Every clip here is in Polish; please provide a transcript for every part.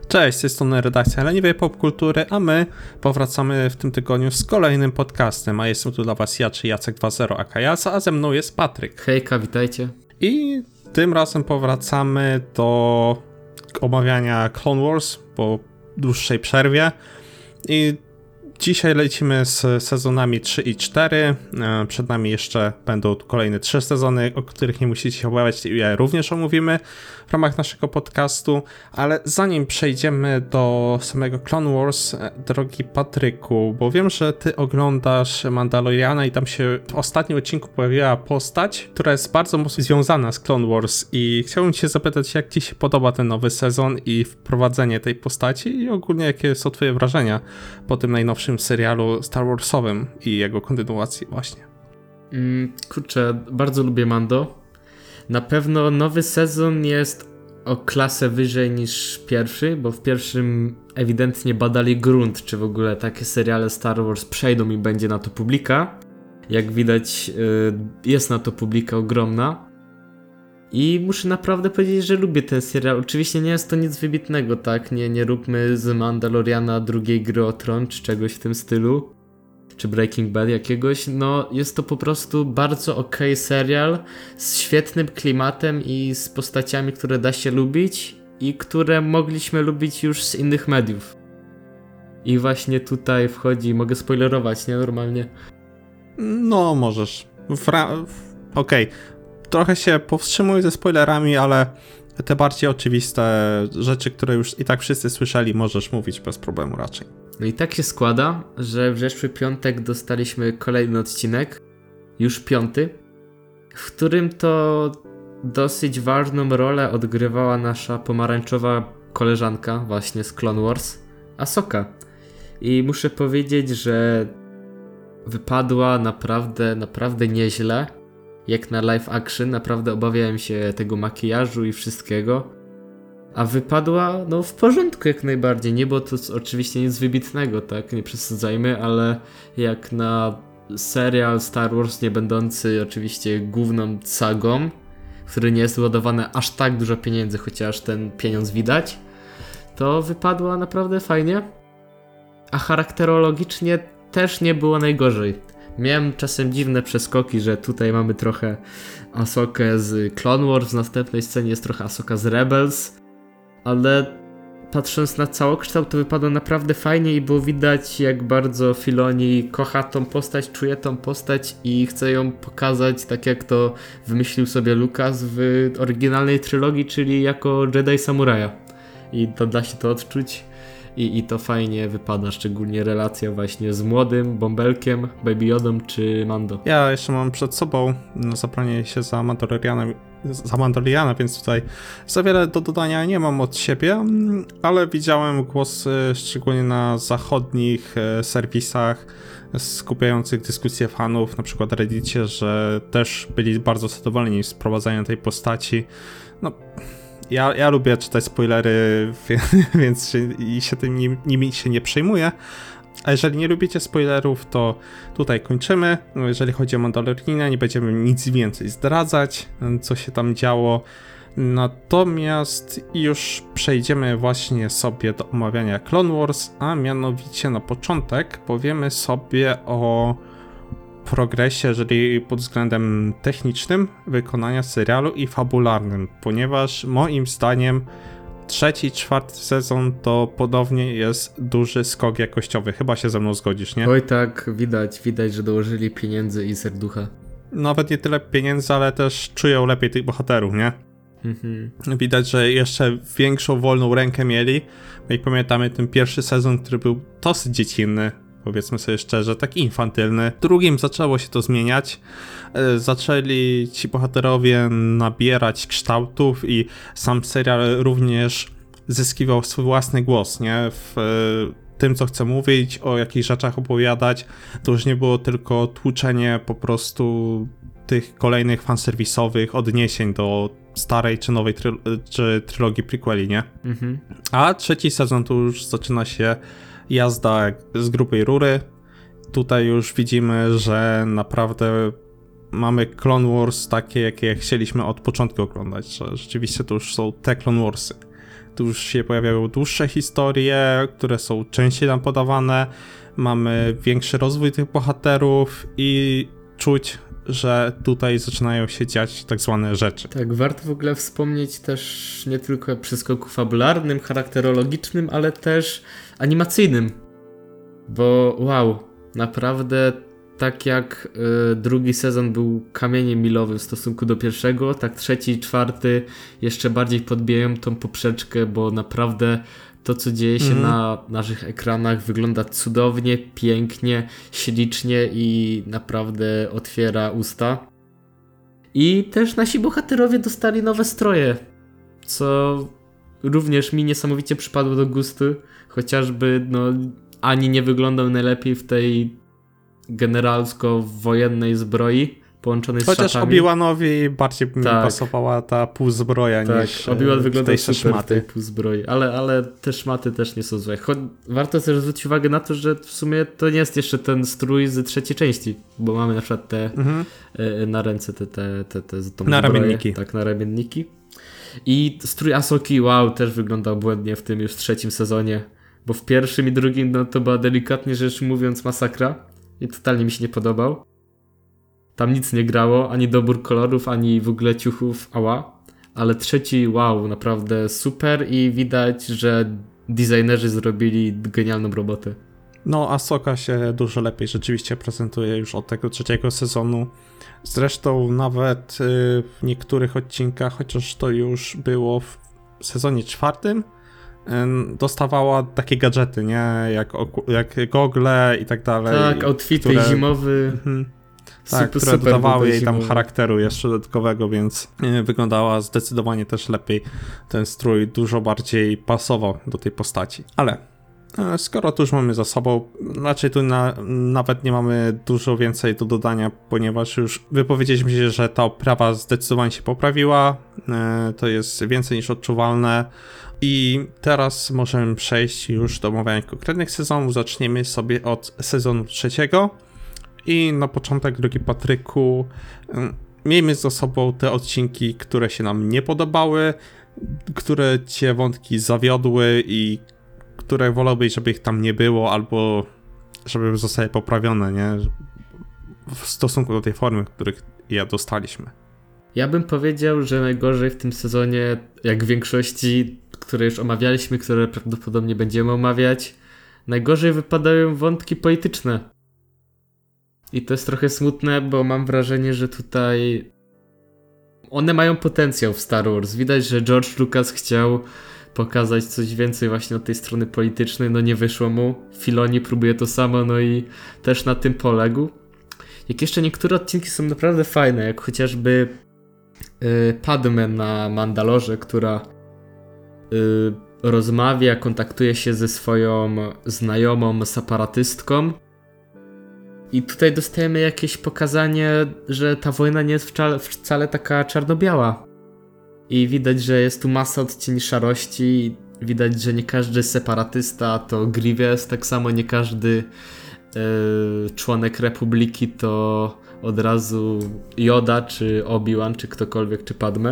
Cześć, z tej strony redakcja Leniwej Popkultury, a my powracamy w tym tygodniu z kolejnym podcastem, a jestem tu dla was ja, czy Jacek 2.0 aka Jasa, a ze mną jest Patryk. Hejka, witajcie. I tym razem powracamy do omawiania Clone Wars po dłuższej przerwie i dzisiaj lecimy z sezonami 3 i 4. Przed nami jeszcze będą kolejne 3 sezony, o których nie musicie się obawiać, je również omówimy w ramach naszego podcastu, ale zanim przejdziemy do samego Clone Wars, drogi Patryku, bo wiem, że ty oglądasz Mandaloriana i tam się w ostatnim odcinku pojawiła postać, która jest bardzo mocno związana z Clone Wars i chciałbym cię zapytać, jak ci się podoba ten nowy sezon i wprowadzenie tej postaci i ogólnie jakie są twoje wrażenia po tym najnowszym serialu Star Warsowym i jego kontynuacji właśnie. Kurczę, bardzo lubię Mando. Na pewno nowy sezon jest o klasę wyżej niż pierwszy, bo w pierwszym ewidentnie badali grunt, czy w ogóle takie seriale Star Wars przejdą i będzie na to publika. Jak widać, jest na to publika ogromna. I muszę naprawdę powiedzieć, że lubię ten serial. Oczywiście nie jest to nic wybitnego, tak? Nie róbmy z Mandaloriana drugiej gry o tron, czy czegoś w tym stylu. Czy Breaking Bad jakiegoś. No, jest to po prostu bardzo okej serial z świetnym klimatem i z postaciami, które da się lubić i które mogliśmy lubić już z innych mediów. I właśnie tutaj wchodzi, mogę spoilerować, nie? Normalnie. No, możesz. Okej. Trochę się powstrzymuj ze spoilerami, ale te bardziej oczywiste rzeczy, które już i tak wszyscy słyszeli, możesz mówić bez problemu raczej. No i tak się składa, że w zeszły piątek dostaliśmy kolejny odcinek, już 5, w którym to dosyć ważną rolę odgrywała nasza pomarańczowa koleżanka właśnie z Clone Wars, Ahsoka. I muszę powiedzieć, że wypadła naprawdę nieźle. Jak na live action, naprawdę obawiałem się tego makijażu i wszystkiego. A wypadła, no w porządku jak najbardziej. Nie było to oczywiście nic wybitnego, tak? Nie przesadzajmy, ale jak na serial Star Wars nie będący oczywiście główną sagą, w który nie jest ładowane aż tak dużo pieniędzy, chociaż ten pieniądz widać, to wypadła naprawdę fajnie. A charakterologicznie też nie było najgorzej. Miałem czasem dziwne przeskoki, że tutaj mamy trochę Ahsokę z Clone Wars, w następnej scenie jest trochę Ahsoka z Rebels, ale patrząc na całokształt to wypadło naprawdę fajnie i było widać, jak bardzo Filoni kocha tą postać, czuje tą postać i chce ją pokazać tak, jak to wymyślił sobie Lucas w oryginalnej trylogii, czyli jako Jedi Samuraja. I to da się to odczuć. I to fajnie wypada, szczególnie relacja właśnie z młodym Bąbelkiem, Baby Yodą czy Mando. Ja jeszcze mam przed sobą zabranie się za Mandaloriana, więc tutaj za wiele do dodania nie mam od siebie, ale widziałem głosy szczególnie na zachodnich serwisach skupiających dyskusje fanów, na przykład Reddicie, że też byli bardzo zadowoleni z wprowadzania tej postaci. No, ja lubię czytać spoilery, więc się nimi się nie przejmuję. A jeżeli nie lubicie spoilerów, to tutaj kończymy. No, jeżeli chodzi o Mandaloriana, nie będziemy nic więcej zdradzać, co się tam działo. Natomiast już przejdziemy właśnie sobie do omawiania Clone Wars, a mianowicie na początek powiemy sobie o progresie, jeżeli pod względem technicznym wykonania serialu i fabularnym, ponieważ moim zdaniem 3. i 4. sezon to ponownie jest duży skok jakościowy. Chyba się ze mną zgodzisz, nie? Oj tak, widać, że dołożyli pieniędzy i serducha. Nawet nie tyle pieniędzy, ale też czują lepiej tych bohaterów, nie? Widać, że jeszcze większą wolną rękę mieli. No i pamiętamy ten pierwszy sezon, który był dosyć dziecinny, powiedzmy sobie szczerze, tak infantylny. W drugim zaczęło się to zmieniać. Zaczęli ci bohaterowie nabierać kształtów i sam serial również zyskiwał swój własny głos, nie? W tym, co chce mówić, o jakich rzeczach opowiadać. To już nie było tylko tłuczenie po prostu tych kolejnych fanserwisowych odniesień do starej czy nowej czy trylogii prequeli, nie? A 3. sezon to już zaczyna się jazda z grubej rury. Tutaj już widzimy, że naprawdę mamy Clone Wars takie, jakie chcieliśmy od początku oglądać, że rzeczywiście to już są te Clone Warsy. tu już się pojawiają dłuższe historie, które są częściej nam podawane, mamy większy rozwój tych bohaterów i czuć, że tutaj zaczynają się dziać tak zwane rzeczy. Tak, warto w ogóle wspomnieć też nie tylko o przeskoku fabularnym, charakterologicznym, ale też animacyjnym. Bo wow, naprawdę tak jak drugi sezon był kamieniem milowym w stosunku do pierwszego, tak trzeci i czwarty jeszcze bardziej podbijają tą poprzeczkę, bo naprawdę to, co dzieje się na naszych ekranach, wygląda cudownie, pięknie, ślicznie i naprawdę otwiera usta. I też nasi bohaterowie dostali nowe stroje, co również mi niesamowicie przypadło do gustu, chociażby ani nie wyglądał najlepiej w tej generalsko-wojennej zbroi połączonej z chociaż szatami. Obi-Wanowi bardziej mi pasowała ta półzbroja niż Obi-Wan wyglądał super szmaty. w tej półzbroi, ale te szmaty też nie są złe. Warto też zwrócić uwagę na to, że w sumie to nie jest jeszcze ten strój z trzeciej części, bo mamy na przykład te na ręce tą naramienniki. Tak, naramienniki. I strój Asoki, wow, też wyglądał błędnie w tym już trzecim sezonie, bo w pierwszym i drugim to była delikatnie rzecz mówiąc masakra i totalnie mi się nie podobał. Tam nic nie grało, ani dobór kolorów, ani w ogóle ciuchów, ale trzeci, wow, naprawdę super i widać, że designerzy zrobili genialną robotę. No, Ahsoka się dużo lepiej rzeczywiście prezentuje już od tego trzeciego sezonu. Zresztą nawet w niektórych odcinkach, chociaż to już było w sezonie czwartym, dostawała takie gadżety, nie? Jak gogle i tak dalej. Tak, outfity zimowy. Tak, które dodawały jej tam charakteru jeszcze dodatkowego, więc wyglądała zdecydowanie też lepiej. Ten strój dużo bardziej pasował do tej postaci. Ale skoro to już mamy za sobą, raczej tu nawet nie mamy dużo więcej do dodania, ponieważ już wypowiedzieliśmy się, że ta oprawa zdecydowanie się poprawiła. To jest więcej niż odczuwalne. I teraz możemy przejść już do omawiania konkretnych sezonów. Zaczniemy sobie od sezonu trzeciego. I na początek, drogi Patryku, miejmy za sobą te odcinki, które się nam nie podobały, które cię wątki zawiodły i które wolałbyś, żeby ich tam nie było, albo żeby zostały poprawione, nie? W stosunku do tej formy, których je dostaliśmy. Ja bym powiedział, że najgorzej w tym sezonie, jak w większości, które już omawialiśmy, które prawdopodobnie będziemy omawiać, najgorzej wypadają wątki polityczne. I to jest trochę smutne, bo mam wrażenie, że tutaj one mają potencjał w Star Wars. Widać, że George Lucas chciał pokazać coś więcej właśnie od tej strony politycznej, nie wyszło mu. Filoni próbuje to samo, i też na tym poległ. Jak jeszcze niektóre odcinki są naprawdę fajne, jak chociażby Padme na Mandalorze, która rozmawia, kontaktuje się ze swoją znajomą separatystką. I tutaj dostajemy jakieś pokazanie, że ta wojna nie jest wcale taka czarno-biała. I widać, że jest tu masa odcieni szarości. Widać, że nie każdy separatysta to Grievous, tak samo nie każdy członek Republiki to od razu Yoda, czy Obi-Wan, czy ktokolwiek, czy Padme.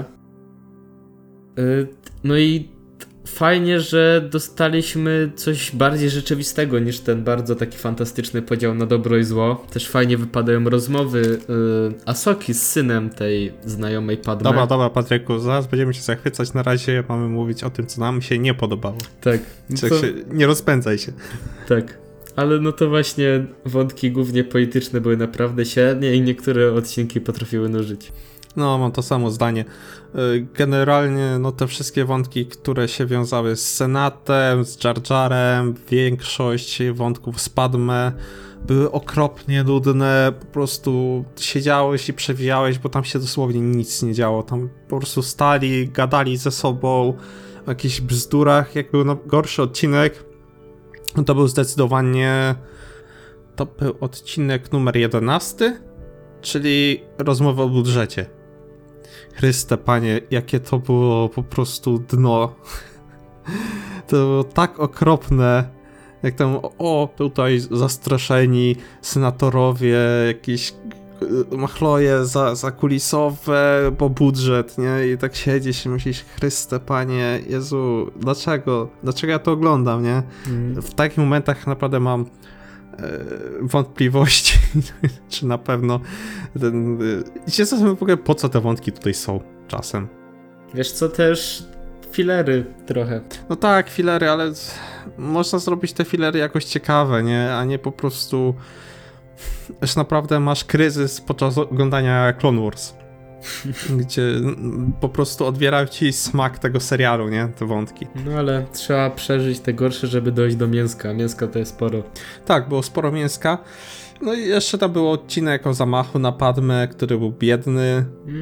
I fajnie, że dostaliśmy coś bardziej rzeczywistego niż ten bardzo taki fantastyczny podział na dobro i zło. Też fajnie wypadają rozmowy Asoki z synem tej znajomej Padme. Dobra, Patryku, zaraz będziemy się zachwycać. Na razie mamy mówić o tym, co nam się nie podobało. Tak. Nie rozpędzaj się. Tak. Ale to właśnie wątki głównie polityczne były naprawdę średnie i niektóre odcinki potrafiły nużyć. Mam to samo zdanie. Generalnie te wszystkie wątki, które się wiązały z Senatem, z Jar Jarem, większość wątków z Padme były okropnie nudne, po prostu siedziałeś i przewijałeś, bo tam się dosłownie nic nie działo. Tam po prostu stali, gadali ze sobą o jakichś bzdurach. Jak był gorszy odcinek, to był zdecydowanie odcinek numer 11, czyli rozmowa o budżecie. Chryste, Panie, jakie to było po prostu dno. To było tak okropne, jak tam tutaj zastraszeni senatorowie, jakieś machloje za kulisowe, bo budżet, nie? I tak siedzisz i myślisz, Chryste, Panie, Jezu, dlaczego? Dlaczego ja to oglądam, nie? W takich momentach naprawdę mam wątpliwości, czy na pewno i się zastanawiam w ogóle, po co te wątki tutaj są czasem. Wiesz co, też filery trochę. No tak, filery, ale można zrobić te filery jakoś ciekawe, nie? A nie po prostu już naprawdę masz kryzys podczas oglądania Clone Wars, gdzie po prostu odbierają ci smak tego serialu, nie? Te wątki. No ale trzeba przeżyć te gorsze, żeby dojść do mięska. Mięska to jest sporo. Tak, było sporo mięska. No i jeszcze tam był odcinek o zamachu na Padmę, który był biedny.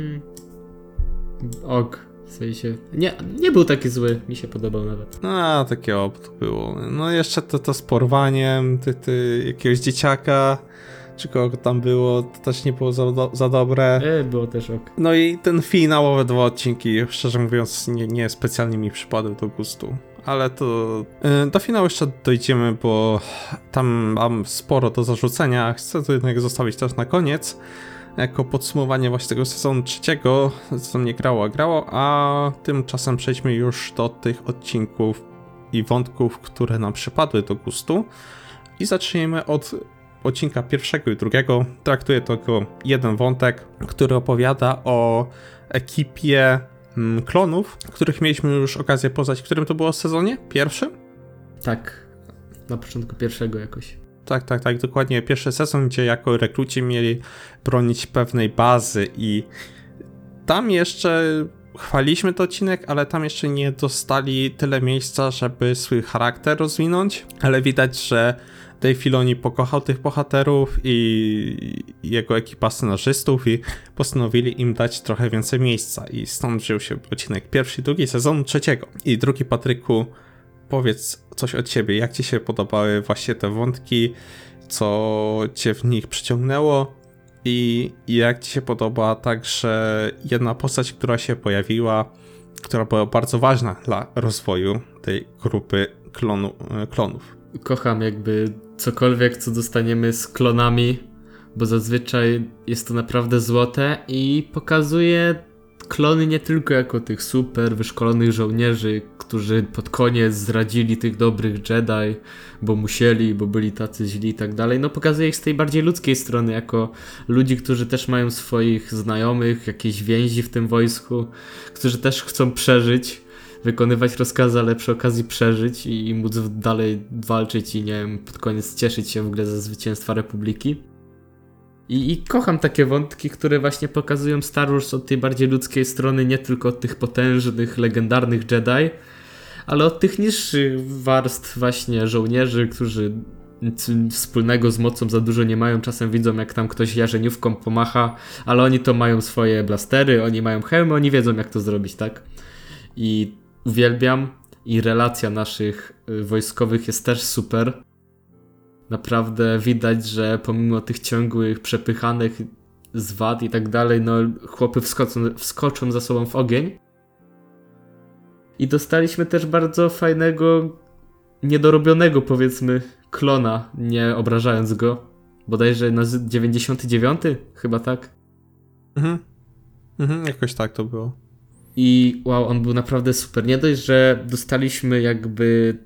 W sensie... Nie był taki zły, mi się podobał nawet. No, takie to było. No jeszcze to z porwaniem jakiegoś dzieciaka, czy kogo tam było, to też nie było za dobre. Było też ok. No i ten finałowe 2 odcinki, szczerze mówiąc, nie specjalnie mi przypadły do gustu. Ale to do finału jeszcze dojdziemy, bo tam mam sporo do zarzucenia. Chcę to jednak zostawić też na koniec, jako podsumowanie właśnie tego sezonu 3, co mnie grało, a tymczasem przejdźmy już do tych odcinków i wątków, które nam przypadły do gustu. I zaczniemy od odcinka 1 i 2. Traktuję to jako jeden wątek, który opowiada o ekipie klonów, których mieliśmy już okazję poznać. W którym to było sezonie? Pierwszym? Tak, na początku pierwszego jakoś. Tak, dokładnie. Pierwszy sezon, gdzie jako rekruci mieli bronić pewnej bazy i tam jeszcze chwaliliśmy ten odcinek, ale tam jeszcze nie dostali tyle miejsca, żeby swój charakter rozwinąć, ale widać, że Dave Filoni pokochał tych bohaterów i jego ekipa scenarzystów i postanowili im dać trochę więcej miejsca i stąd wziął się odcinek 1 i 2 sezonu 3. I drugi, Patryku, powiedz coś od ciebie, jak ci się podobały właśnie te wątki, co cię w nich przyciągnęło i jak ci się podoba także jedna postać, która się pojawiła, która była bardzo ważna dla rozwoju tej grupy klonów. Kocham jakby cokolwiek, co dostaniemy z klonami, bo zazwyczaj jest to naprawdę złote i pokazuje klony nie tylko jako tych super wyszkolonych żołnierzy, którzy pod koniec zdradzili tych dobrych Jedi, bo musieli, bo byli tacy źli i tak dalej. No pokazuje ich z tej bardziej ludzkiej strony, jako ludzi, którzy też mają swoich znajomych, jakieś więzi w tym wojsku, którzy też chcą przeżyć, wykonywać rozkazy, ale przy okazji przeżyć i móc dalej walczyć i nie wiem, pod koniec cieszyć się w ogóle ze zwycięstwa Republiki. I kocham takie wątki, które właśnie pokazują Star Wars od tej bardziej ludzkiej strony, nie tylko od tych potężnych, legendarnych Jedi, ale od tych niższych warstw właśnie żołnierzy, którzy nic wspólnego z mocą za dużo nie mają. Czasem widzą, jak tam ktoś jarzeniówką pomacha, ale oni to mają swoje blastery, oni mają hełmy, oni wiedzą, jak to zrobić, tak? I uwielbiam i relacja naszych wojskowych jest też super. Naprawdę widać, że pomimo tych ciągłych przepychanych z wad i tak dalej, no chłopy wskoczą za sobą w ogień. I dostaliśmy też bardzo fajnego, niedorobionego powiedzmy klona, nie obrażając go. Bodajże na 99? Chyba tak. Jakoś tak to było. I wow, on był naprawdę super. Nie dość, że dostaliśmy jakby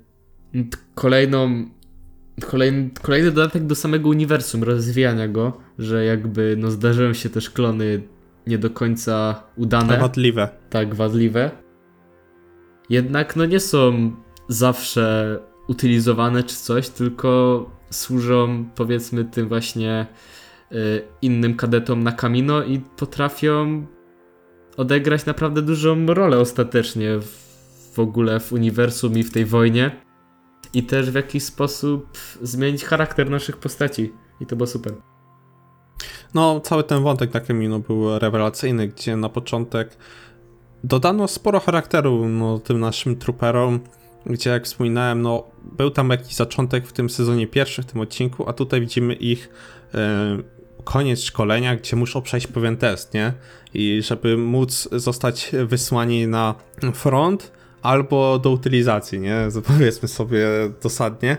kolejny dodatek do samego uniwersum, rozwijania go, że jakby no zdarzyły się też klony nie do końca udane. Wadliwe. Tak, wadliwe. Jednak no nie są zawsze utylizowane czy coś, tylko służą powiedzmy tym właśnie innym kadetom na Kamino i potrafią odegrać naprawdę dużą rolę ostatecznie w ogóle w uniwersum i w tej wojnie. I też w jakiś sposób zmienić charakter naszych postaci. I to było super. No, cały ten wątek na Kamino był rewelacyjny, gdzie na początek dodano sporo charakteru tym naszym trooperom, gdzie jak wspominałem, był tam jakiś zaczątek w tym sezonie pierwszym, w tym odcinku, a tutaj widzimy ich koniec szkolenia, gdzie muszą przejść pewien test, nie? I żeby móc zostać wysłani na front albo do utylizacji, nie? Powiedzmy sobie dosadnie.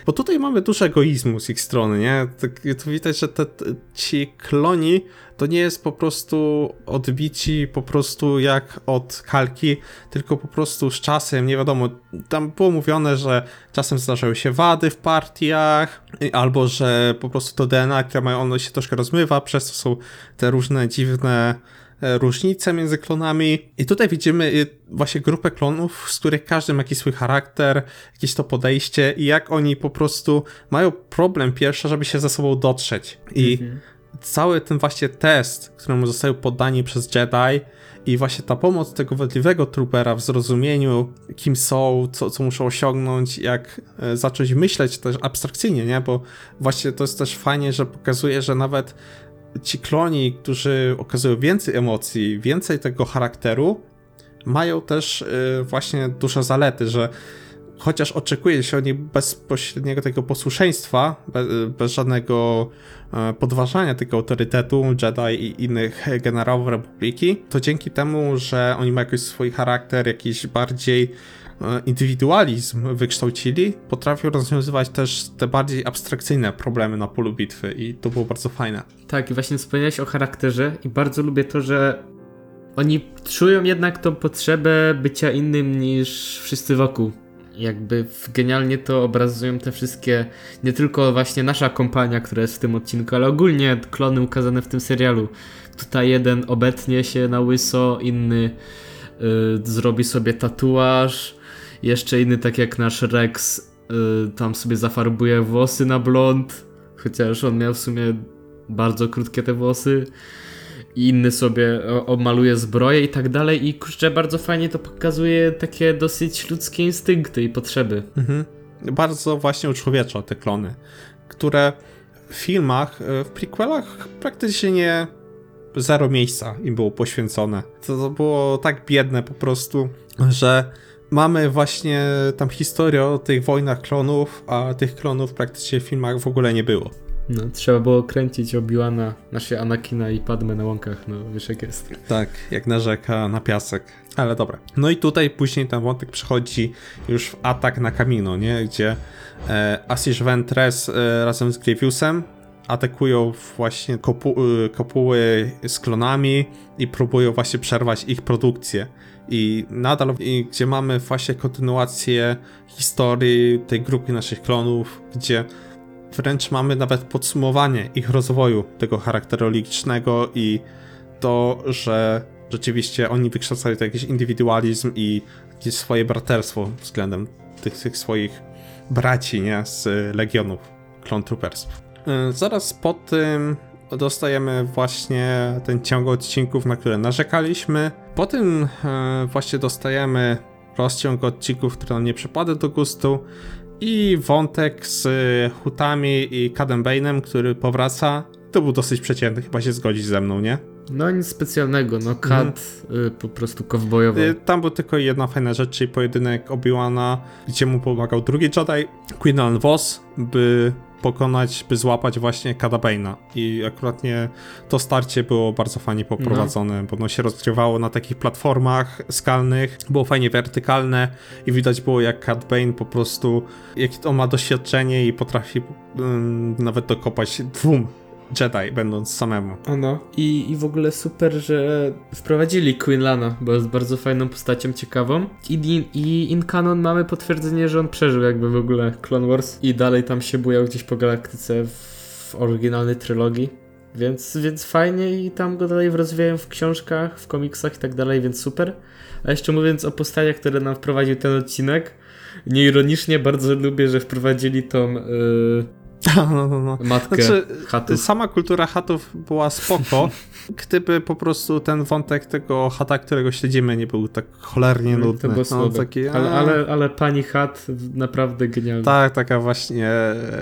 Bo tutaj mamy dużo egoizmu z ich strony, nie? To widać, że ci kloni to nie jest po prostu odbici po prostu jak od kalki, tylko po prostu z czasem, nie wiadomo, tam było mówione, że czasem zdarzały się wady w partiach, albo że po prostu to DNA, które mają, ono się troszkę rozmywa, przez to są te różne dziwne różnice między klonami. I tutaj widzimy właśnie grupę klonów, z których każdy ma jakiś swój charakter, jakieś to podejście i jak oni po prostu mają problem pierwszy, żeby się ze sobą dotrzeć. I cały ten właśnie test, któremu zostają poddani przez Jedi i właśnie ta pomoc tego wadliwego troopera w zrozumieniu, kim są, co muszą osiągnąć, jak zacząć myśleć też abstrakcyjnie, nie? Bo właśnie to jest też fajnie, że pokazuje, że nawet ci kloni, którzy okazują więcej emocji, więcej tego charakteru, mają też właśnie duże zalety, że chociaż oczekuje się od nich bezpośredniego tego posłuszeństwa, bez żadnego podważania tego autorytetu Jedi i innych generałów Republiki, to dzięki temu, że oni mają jakiś swój charakter, jakiś bardziej indywidualizm wykształcili, potrafią rozwiązywać też te bardziej abstrakcyjne problemy na polu bitwy i to było bardzo fajne. Tak, i właśnie wspomniałeś o charakterze i bardzo lubię to, że oni czują jednak tą potrzebę bycia innym niż wszyscy wokół. Jakby genialnie to obrazują te wszystkie, nie tylko właśnie nasza kompania, która jest w tym odcinku, ale ogólnie klony ukazane w tym serialu. Tutaj jeden obetnie się na łyso, inny zrobi sobie tatuaż, jeszcze inny, tak jak nasz Rex, tam sobie zafarbuje włosy na blond, chociaż on miał w sumie bardzo krótkie te włosy. I inny sobie obmaluje zbroję i tak dalej i kurczę, bardzo fajnie to pokazuje takie dosyć ludzkie instynkty i potrzeby. Bardzo właśnie uczłowiecza te klony, które w filmach, w prequelach praktycznie zero miejsca im było poświęcone. To było tak biedne po prostu, że mamy właśnie tam historię o tych wojnach klonów, a tych klonów praktycznie w filmach w ogóle nie było. No, trzeba było kręcić Obi-Wana, Anakina i Padmę na łąkach, no wiesz jak jest. Tak, jak narzeka na piasek. Ale dobra. No i tutaj później ten wątek przechodzi już w atak na Kamino, nie? Gdzie Asajj Ventress razem z Grievousem atakują właśnie kopuły z klonami i próbują właśnie przerwać ich produkcję. I nadal, gdzie mamy właśnie kontynuację historii tej grupy naszych klonów, gdzie wręcz mamy nawet podsumowanie ich rozwoju, tego charakterologicznego i to, że rzeczywiście oni wykształcają jakiś indywidualizm i jakieś swoje braterstwo względem tych swoich braci, nie? Z legionów Clone Troopersów. Zaraz po tym dostajemy właśnie ten ciąg odcinków, na które narzekaliśmy. Po tym właśnie dostajemy rozciąg odcinków, które nam nie przypadły do gustu. I wątek z Hutami i Cadem Bane'em, który powraca, to był dosyć przeciętny, chyba się zgodzić ze mną, nie? No nic specjalnego, no Cad po prostu kowbojował. Tam był tylko jedna fajna rzecz, czyli pojedynek Obi-Wana, gdzie mu pomagał drugi Jedi, Quinlan Vos, by pokonać, by złapać właśnie Cada Bane'a. I akuratnie to starcie było bardzo fajnie poprowadzone, bo ono się rozgrywało na takich platformach skalnych, było fajnie wertykalne i widać było, jak Cad Bane po prostu, jakie on ma doświadczenie i potrafi nawet dokopać dwóm Jedi, będąc samemu. No. I w ogóle super, że wprowadzili Quinlana, bo jest bardzo fajną postacią, ciekawą. I in canon mamy potwierdzenie, że on przeżył jakby w ogóle Clone Wars i dalej tam się bujał gdzieś po galaktyce w oryginalnej trylogii. Więc fajnie i tam go dalej rozwijają w książkach, w komiksach i tak dalej, więc super. A jeszcze mówiąc o postaciach, które nam wprowadził ten odcinek, nieironicznie bardzo lubię, że wprowadzili tą... No. Matkę Huttów. Sama kultura Huttów była spoko, gdyby po prostu ten wątek tego Hutta, którego śledzimy, nie był tak cholernie nudny. To było słabe. Taki, ale pani Hutt naprawdę genialna. Tak, taka właśnie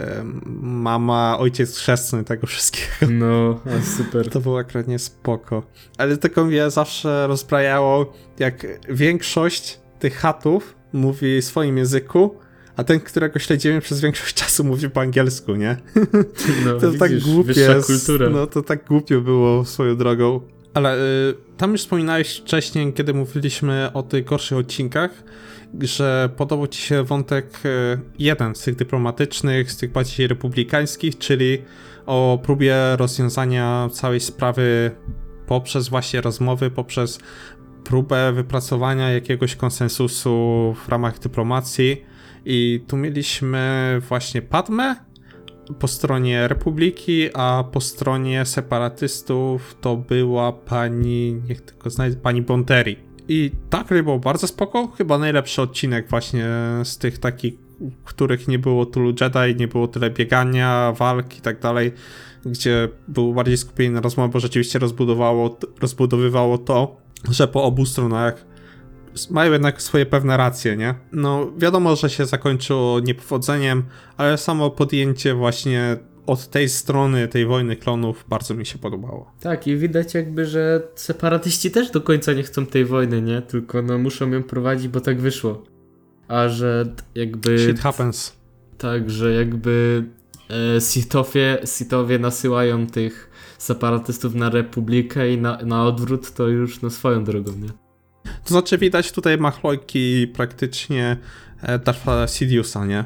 mama, ojciec chrzestny tego wszystkiego. No, super. To było akurat nie spoko. Ale tylko mnie zawsze rozbrajało, jak większość tych Huttów mówi w swoim języku, a ten, którego śledzimy przez większość czasu, mówi po angielsku, nie? No, to widzisz, tak głupie wyższa jest. kultura. No to tak głupio było swoją drogą. Ale tam już wspominałeś wcześniej, kiedy mówiliśmy o tych gorszych odcinkach, że podobał ci się wątek jeden z tych dyplomatycznych, z tych bardziej republikańskich, czyli o próbie rozwiązania całej sprawy poprzez właśnie rozmowy, poprzez próbę wypracowania jakiegoś konsensusu w ramach dyplomacji. I tu mieliśmy właśnie Padmę po stronie Republiki, a po stronie separatystów to była pani, niech tylko znajdę, pani Bonteri. I tak, był bardzo spoko, chyba najlepszy odcinek właśnie z tych takich, w których nie było tylu Jedi, nie było tyle biegania, walk i tak dalej, gdzie był bardziej skupienie na rozmowie, bo rzeczywiście rozbudowywało to, że po obu stronach mają jednak swoje pewne racje, nie? No wiadomo, że się zakończyło niepowodzeniem, ale samo podjęcie właśnie od tej strony tej wojny klonów bardzo mi się podobało. Tak, i widać jakby, że separatyści też do końca nie chcą tej wojny, nie? Tylko no muszą ją prowadzić, bo tak wyszło. A że jakby... Shit happens. Tak, że jakby Sithowie nasyłają tych separatystów na Republikę i na odwrót to już na swoją drogą, nie? To znaczy widać tutaj machlojki praktycznie Dartha Sidiousa, nie?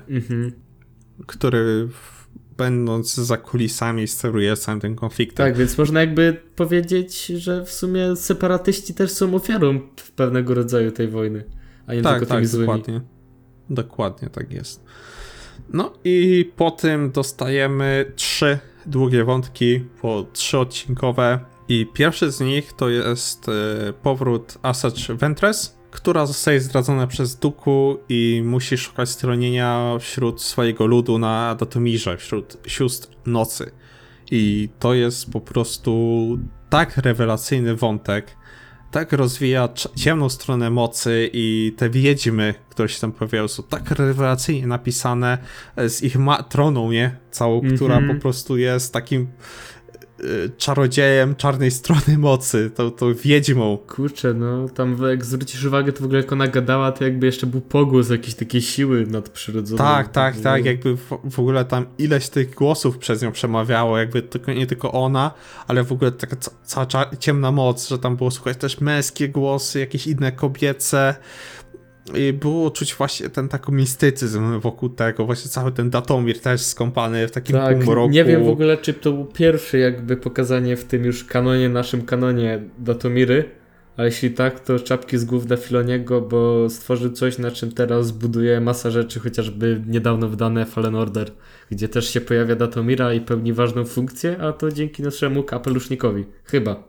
Który będąc za kulisami steruje całym tym konfliktem. Tak, więc można jakby powiedzieć, że w sumie separatyści też są ofiarą pewnego rodzaju tej wojny, a nie tylko tymi złymi. Dokładnie. Dokładnie tak jest. No i po tym dostajemy 3 długie wątki, po 3 odcinkowe. I pierwszy z nich to jest powrót Asajj Ventress, która zostaje zdradzona przez Dooku i musi szukać schronienia wśród swojego ludu na Datomirze, wśród sióstr nocy. I to jest po prostu tak rewelacyjny wątek, tak rozwija ciemną stronę mocy i te wiedźmy, które się tam pojawiają, są tak rewelacyjnie napisane z ich matroną, nie? Całą, która po prostu jest takim czarodziejem czarnej strony mocy, tą wiedźmą. Kurczę, no tam jak zwrócisz uwagę, to w ogóle jak ona gadała, to jakby jeszcze był pogłos jakiejś takiej siły nadprzyrodzonej. Tak, jakby w ogóle tam ileś tych głosów przez nią przemawiało, jakby nie tylko ona, ale w ogóle taka cała ciemna moc, że tam było słuchać też męskie głosy, jakieś inne kobiece. I było czuć właśnie ten taki mistycyzm wokół tego, właśnie cały ten Datomir też skąpany w takim półmroku. Nie wiem w ogóle, czy to był pierwszy jakby pokazanie w tym już kanonie, naszym kanonie Datomiry, ale jeśli tak, to czapki z głów dla Filoniego, bo stworzył coś, na czym teraz buduje masa rzeczy, chociażby niedawno wydane Fallen Order, gdzie też się pojawia Datomira i pełni ważną funkcję, a to dzięki naszemu kapelusznikowi. Chyba.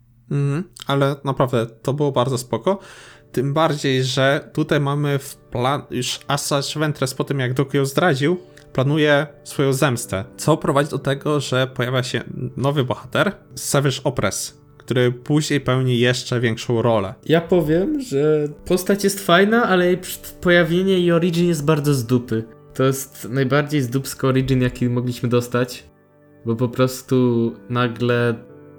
Ale naprawdę, to było bardzo spoko. Tym bardziej, że tutaj mamy w plan już Asajj Ventress po tym, jak Dooku ją zdradził, planuje swoją zemstę, co prowadzi do tego, że pojawia się nowy bohater, Savage Opress, który później pełni jeszcze większą rolę. Ja powiem, że postać jest fajna, ale jej pojawienie i origin jest bardzo z dupy. To jest najbardziej zdupski origin, jaki mogliśmy dostać, bo po prostu nagle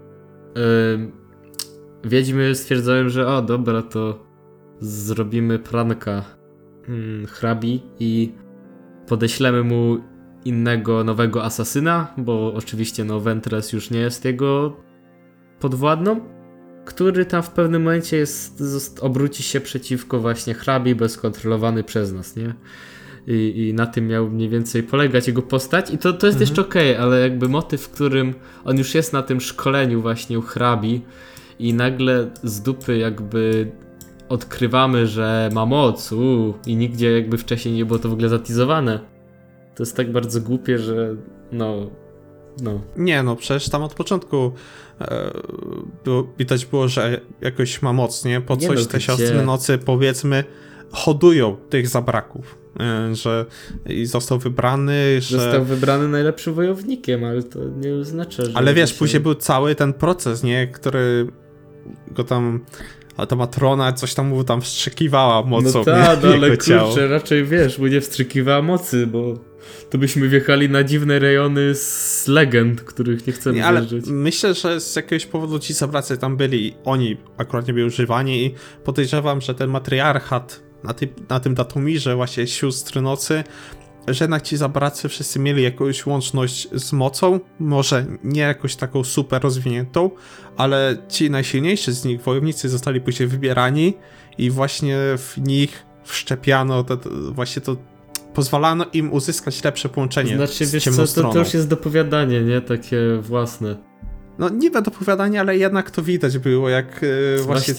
wiedźmy stwierdzają, że o dobra, to zrobimy pranka hrabi i podeślemy mu innego nowego asasyna, bo oczywiście Ventress już nie jest jego podwładną, który tam w pewnym momencie obróci się przeciwko właśnie hrabi, bezkontrolowany przez nas, nie? I na tym miał mniej więcej polegać jego postać i to jest jeszcze okej, ale jakby motyw, w którym on już jest na tym szkoleniu właśnie u hrabi i nagle z dupy jakby odkrywamy, że ma moc i nigdzie jakby wcześniej nie było to w ogóle zatizowane. To jest tak bardzo głupie, że no. Nie, przecież tam od początku widać było, że jakoś ma moc, nie? Po coś te siostry nocy, powiedzmy, hodują tych zabraków, że i został wybrany, Został wybrany najlepszym wojownikiem, ale to nie oznacza, że... Ale wiesz, później był cały ten proces, nie? Który go tam... Ale ta matrona coś tam mu tam wstrzykiwała mocą. No tak, ale kurczę, raczej wiesz, bo nie wstrzykiwała mocy, bo to byśmy wjechali na dziwne rejony z legend, których nie chcemy wjeżdżać. Ale myślę, że z jakiegoś powodu ci zabracy tam byli i oni akurat nie byli używani i podejrzewam, że ten matriarchat na tym Datomirze właśnie sióstr nocy że jednak ci zabracy wszyscy mieli jakąś łączność z mocą, może nie jakąś taką super rozwiniętą, ale ci najsilniejsi z nich, wojownicy, zostali później wybierani i właśnie w nich wszczepiano, właśnie to pozwalano im uzyskać lepsze połączenie Znaczy, z wiesz ciemną co, stroną. to już jest dopowiadanie, nie? Takie własne. No niby dopowiadanie, ale jednak to widać było, jak właśnie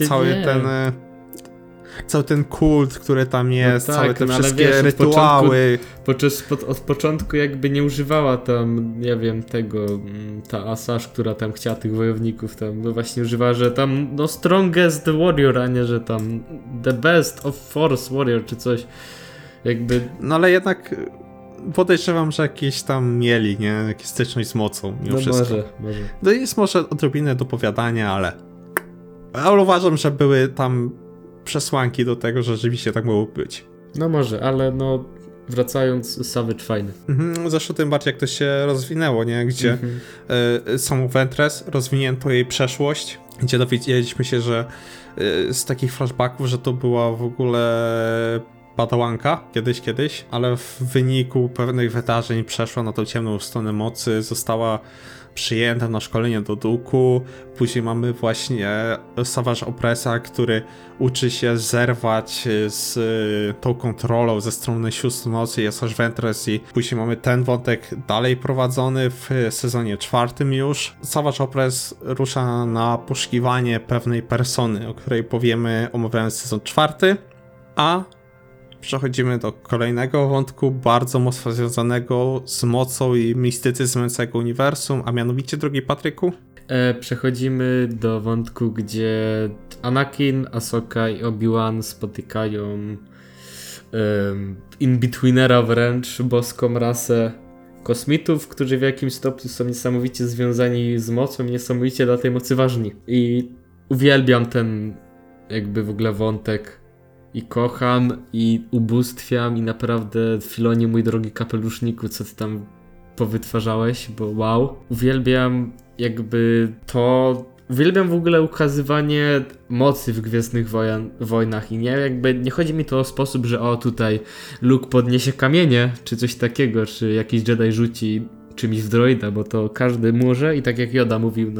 cały ten kult, który tam jest, No tak, całe te no ale wszystkie wiesz, od rytuały. Od początku jakby nie używała tam, nie wiem, ta Asajj, która tam chciała tych wojowników, tam no właśnie używała, że tam no strongest warrior, a nie, że tam the best of force warrior, czy coś. Jakby... No ale jednak podejrzewam, że jakieś tam mieli, nie? Jakieś styczność z mocą mimo No wszystko. może. No jest może odrobinę dopowiadania, ale uważam, że były tam przesłanki do tego, że rzeczywiście tak mogło być. No może, ale no wracając, Savage fajny. Zresztą tym bardziej jak to się rozwinęło, nie? Gdzie samą Ventress rozwinięto jej przeszłość, gdzie dowiedzieliśmy się, że z takich flashbacków, że to była w ogóle padałanka kiedyś, ale w wyniku pewnych wydarzeń przeszła na tą ciemną stronę mocy, została przyjęta na szkolenie do Duku. Później mamy właśnie Savage Opressa, który uczy się zerwać z tą kontrolą ze strony sióstr mocy, jest aż Ventress, i później mamy ten wątek dalej prowadzony w sezonie 4 już. Savage Opress rusza na poszukiwanie pewnej persony, o której powiemy omawiając sezon 4, a przechodzimy do kolejnego wątku, bardzo mocno związanego z mocą i mistycyzmem całego uniwersum, a mianowicie, drogi Patryku? Przechodzimy do wątku, gdzie Anakin, Ahsoka i Obi-Wan spotykają in-betweenera wręcz, boską rasę kosmitów, którzy w jakimś stopniu są niesamowicie związani z mocą i niesamowicie dla tej mocy ważni. I uwielbiam ten jakby w ogóle wątek. I kocham, i ubóstwiam, i naprawdę, Filonie, mój drogi kapeluszniku, co ty tam powytwarzałeś, bo wow. Uwielbiam uwielbiam w ogóle ukazywanie mocy w Gwiezdnych Wojnach i nie chodzi mi to o sposób, że tutaj Luke podniesie kamienie, czy coś takiego, czy jakiś Jedi rzuci czymś w droida, bo to każdy może i tak jak Yoda mówił,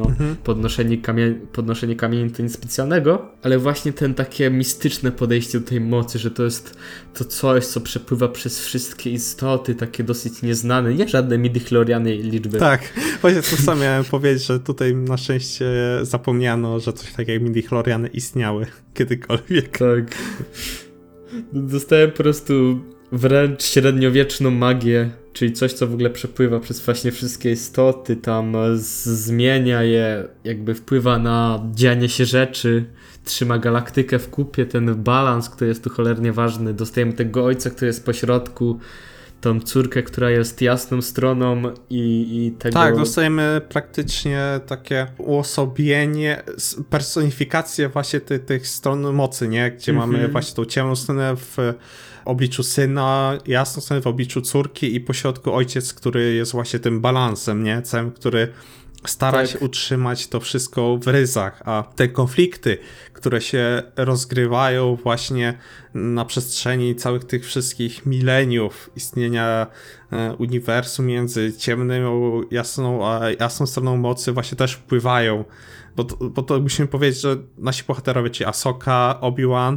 podnoszenie kamieni to nic specjalnego, ale właśnie ten takie mistyczne podejście do tej mocy, że to jest to coś, co przepływa przez wszystkie istoty, takie dosyć nieznane, nie żadne midi-chloriany liczby. Tak, właśnie to samo miałem powiedzieć, że tutaj na szczęście zapomniano, że coś takiego jak midi-chloriany istniały kiedykolwiek. Tak. Dostałem po prostu wręcz średniowieczną magię, czyli coś, co w ogóle przepływa przez właśnie wszystkie istoty, tam zmienia je, jakby wpływa na dzianie się rzeczy, trzyma galaktykę w kupie, ten balans, który jest tu cholernie ważny. Dostajemy tego ojca, który jest pośrodku, tą córkę, która jest jasną stroną i tego... Tak, dostajemy praktycznie takie uosobienie, personifikację właśnie tych stron mocy, nie? Gdzie mamy właśnie tą ciemną stronę w obliczu syna, jasną stronę w obliczu córki i pośrodku ojciec, który jest właśnie tym balansem, nie? Całym, który stara się utrzymać to wszystko w ryzach, a te konflikty, które się rozgrywają właśnie na przestrzeni całych tych wszystkich mileniów istnienia uniwersum między ciemną, jasną stroną mocy właśnie też wpływają, bo to musimy powiedzieć, że nasi bohaterowie, czyli Ahsoka, Obi-Wan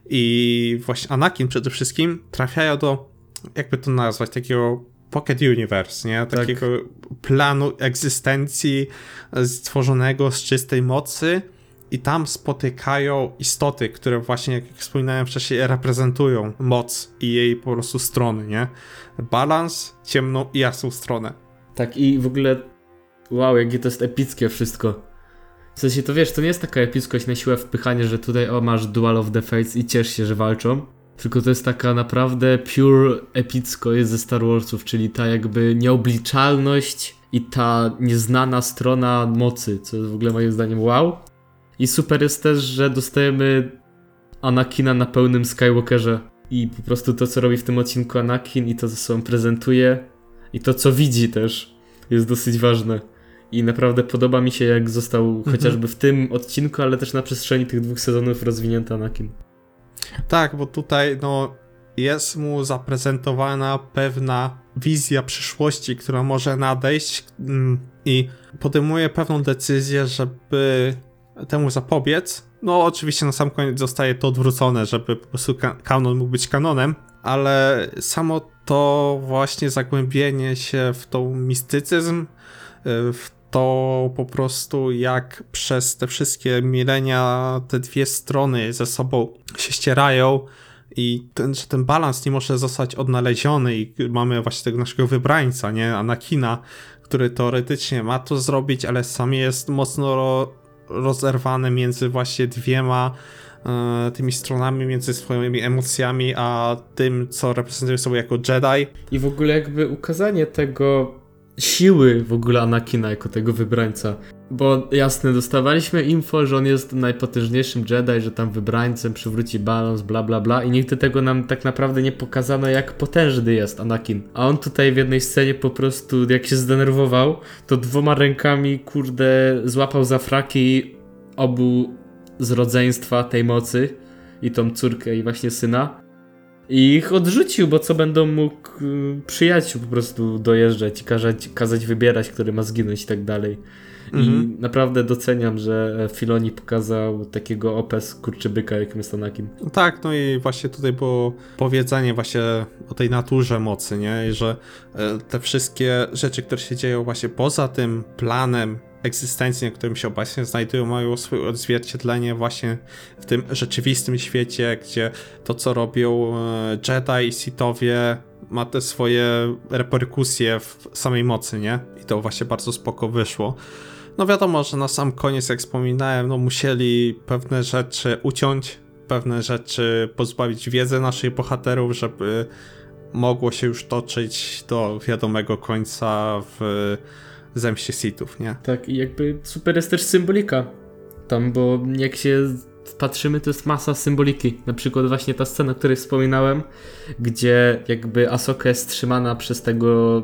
i właśnie Anakin przede wszystkim trafiają do, jakby to nazwać, takiego Pocket Universe, nie? Takiego planu egzystencji stworzonego z czystej mocy i tam spotykają istoty, które właśnie, jak wspominałem wcześniej, reprezentują moc i jej po prostu strony, nie? Balans, ciemną i jasną stronę. Tak, i w ogóle wow, jakie to jest epickie wszystko. W sensie to wiesz, to nie jest taka epickość na siłę wpychanie, że tutaj masz Duel of the Fates i ciesz się, że walczą. Tylko to jest taka naprawdę pure epicko jest ze Star Warsów, czyli ta jakby nieobliczalność i ta nieznana strona mocy, co jest w ogóle moim zdaniem wow. I super jest też, że dostajemy Anakina na pełnym Skywalkerze i po prostu to, co robi w tym odcinku Anakin i to, co sobą prezentuje i to, co widzi też jest dosyć ważne. I naprawdę podoba mi się, jak został chociażby w tym odcinku, ale też na przestrzeni tych 2 sezonów rozwinięty Anakin. Tak, bo tutaj jest mu zaprezentowana pewna wizja przyszłości, która może nadejść i podejmuje pewną decyzję, żeby temu zapobiec. No oczywiście na sam koniec zostaje to odwrócone, żeby po prostu kanon mógł być kanonem, ale samo to właśnie zagłębienie się w tą mistycyzm, w to po prostu jak przez te wszystkie milenia te dwie strony ze sobą się ścierają i że ten balans nie może zostać odnaleziony i mamy właśnie tego naszego wybrańca, nie, Anakina, który teoretycznie ma to zrobić, ale sam jest mocno rozerwany między właśnie dwiema tymi stronami, między swoimi emocjami, a tym, co reprezentuje sobie jako Jedi. I w ogóle jakby ukazanie tego siły w ogóle Anakina jako tego wybrańca. Bo jasne, dostawaliśmy info, że on jest najpotężniejszym Jedi, że tam wybrańcem przywróci balans, bla bla bla i nigdy tego nam tak naprawdę nie pokazano, jak potężny jest Anakin. A on tutaj w jednej scenie po prostu, jak się zdenerwował, to dwoma rękami, kurde, złapał za fraki obu z rodzeństwa tej mocy i tą córkę i właśnie syna. I ich odrzucił, bo co będą mógł przyjaciół po prostu dojeżdżać i kazać wybierać, który ma zginąć i tak dalej. I naprawdę doceniam, że Filoni pokazał takiego OP skurczybyka, jakim jest Anakin. Tak, no i właśnie tutaj było powiedzenie właśnie o tej naturze mocy, nie? I że te wszystkie rzeczy, które się dzieją właśnie poza tym planem egzystencji, na którym się obecnie znajdują, mają swoje odzwierciedlenie właśnie w tym rzeczywistym świecie, gdzie to, co robią Jedi i Sithowie, ma te swoje reperkusje w samej mocy, nie? I to właśnie bardzo spoko wyszło. No wiadomo, że na sam koniec, jak wspominałem, no musieli pewne rzeczy uciąć, pewne rzeczy pozbawić wiedzy naszych bohaterów, żeby mogło się już toczyć do wiadomego końca w zemście Sithów, nie? Tak, i jakby super jest też symbolika tam, bo jak się wpatrzymy, to jest masa symboliki. Na przykład właśnie ta scena, o której wspominałem, gdzie jakby Ahsoka jest trzymana przez tego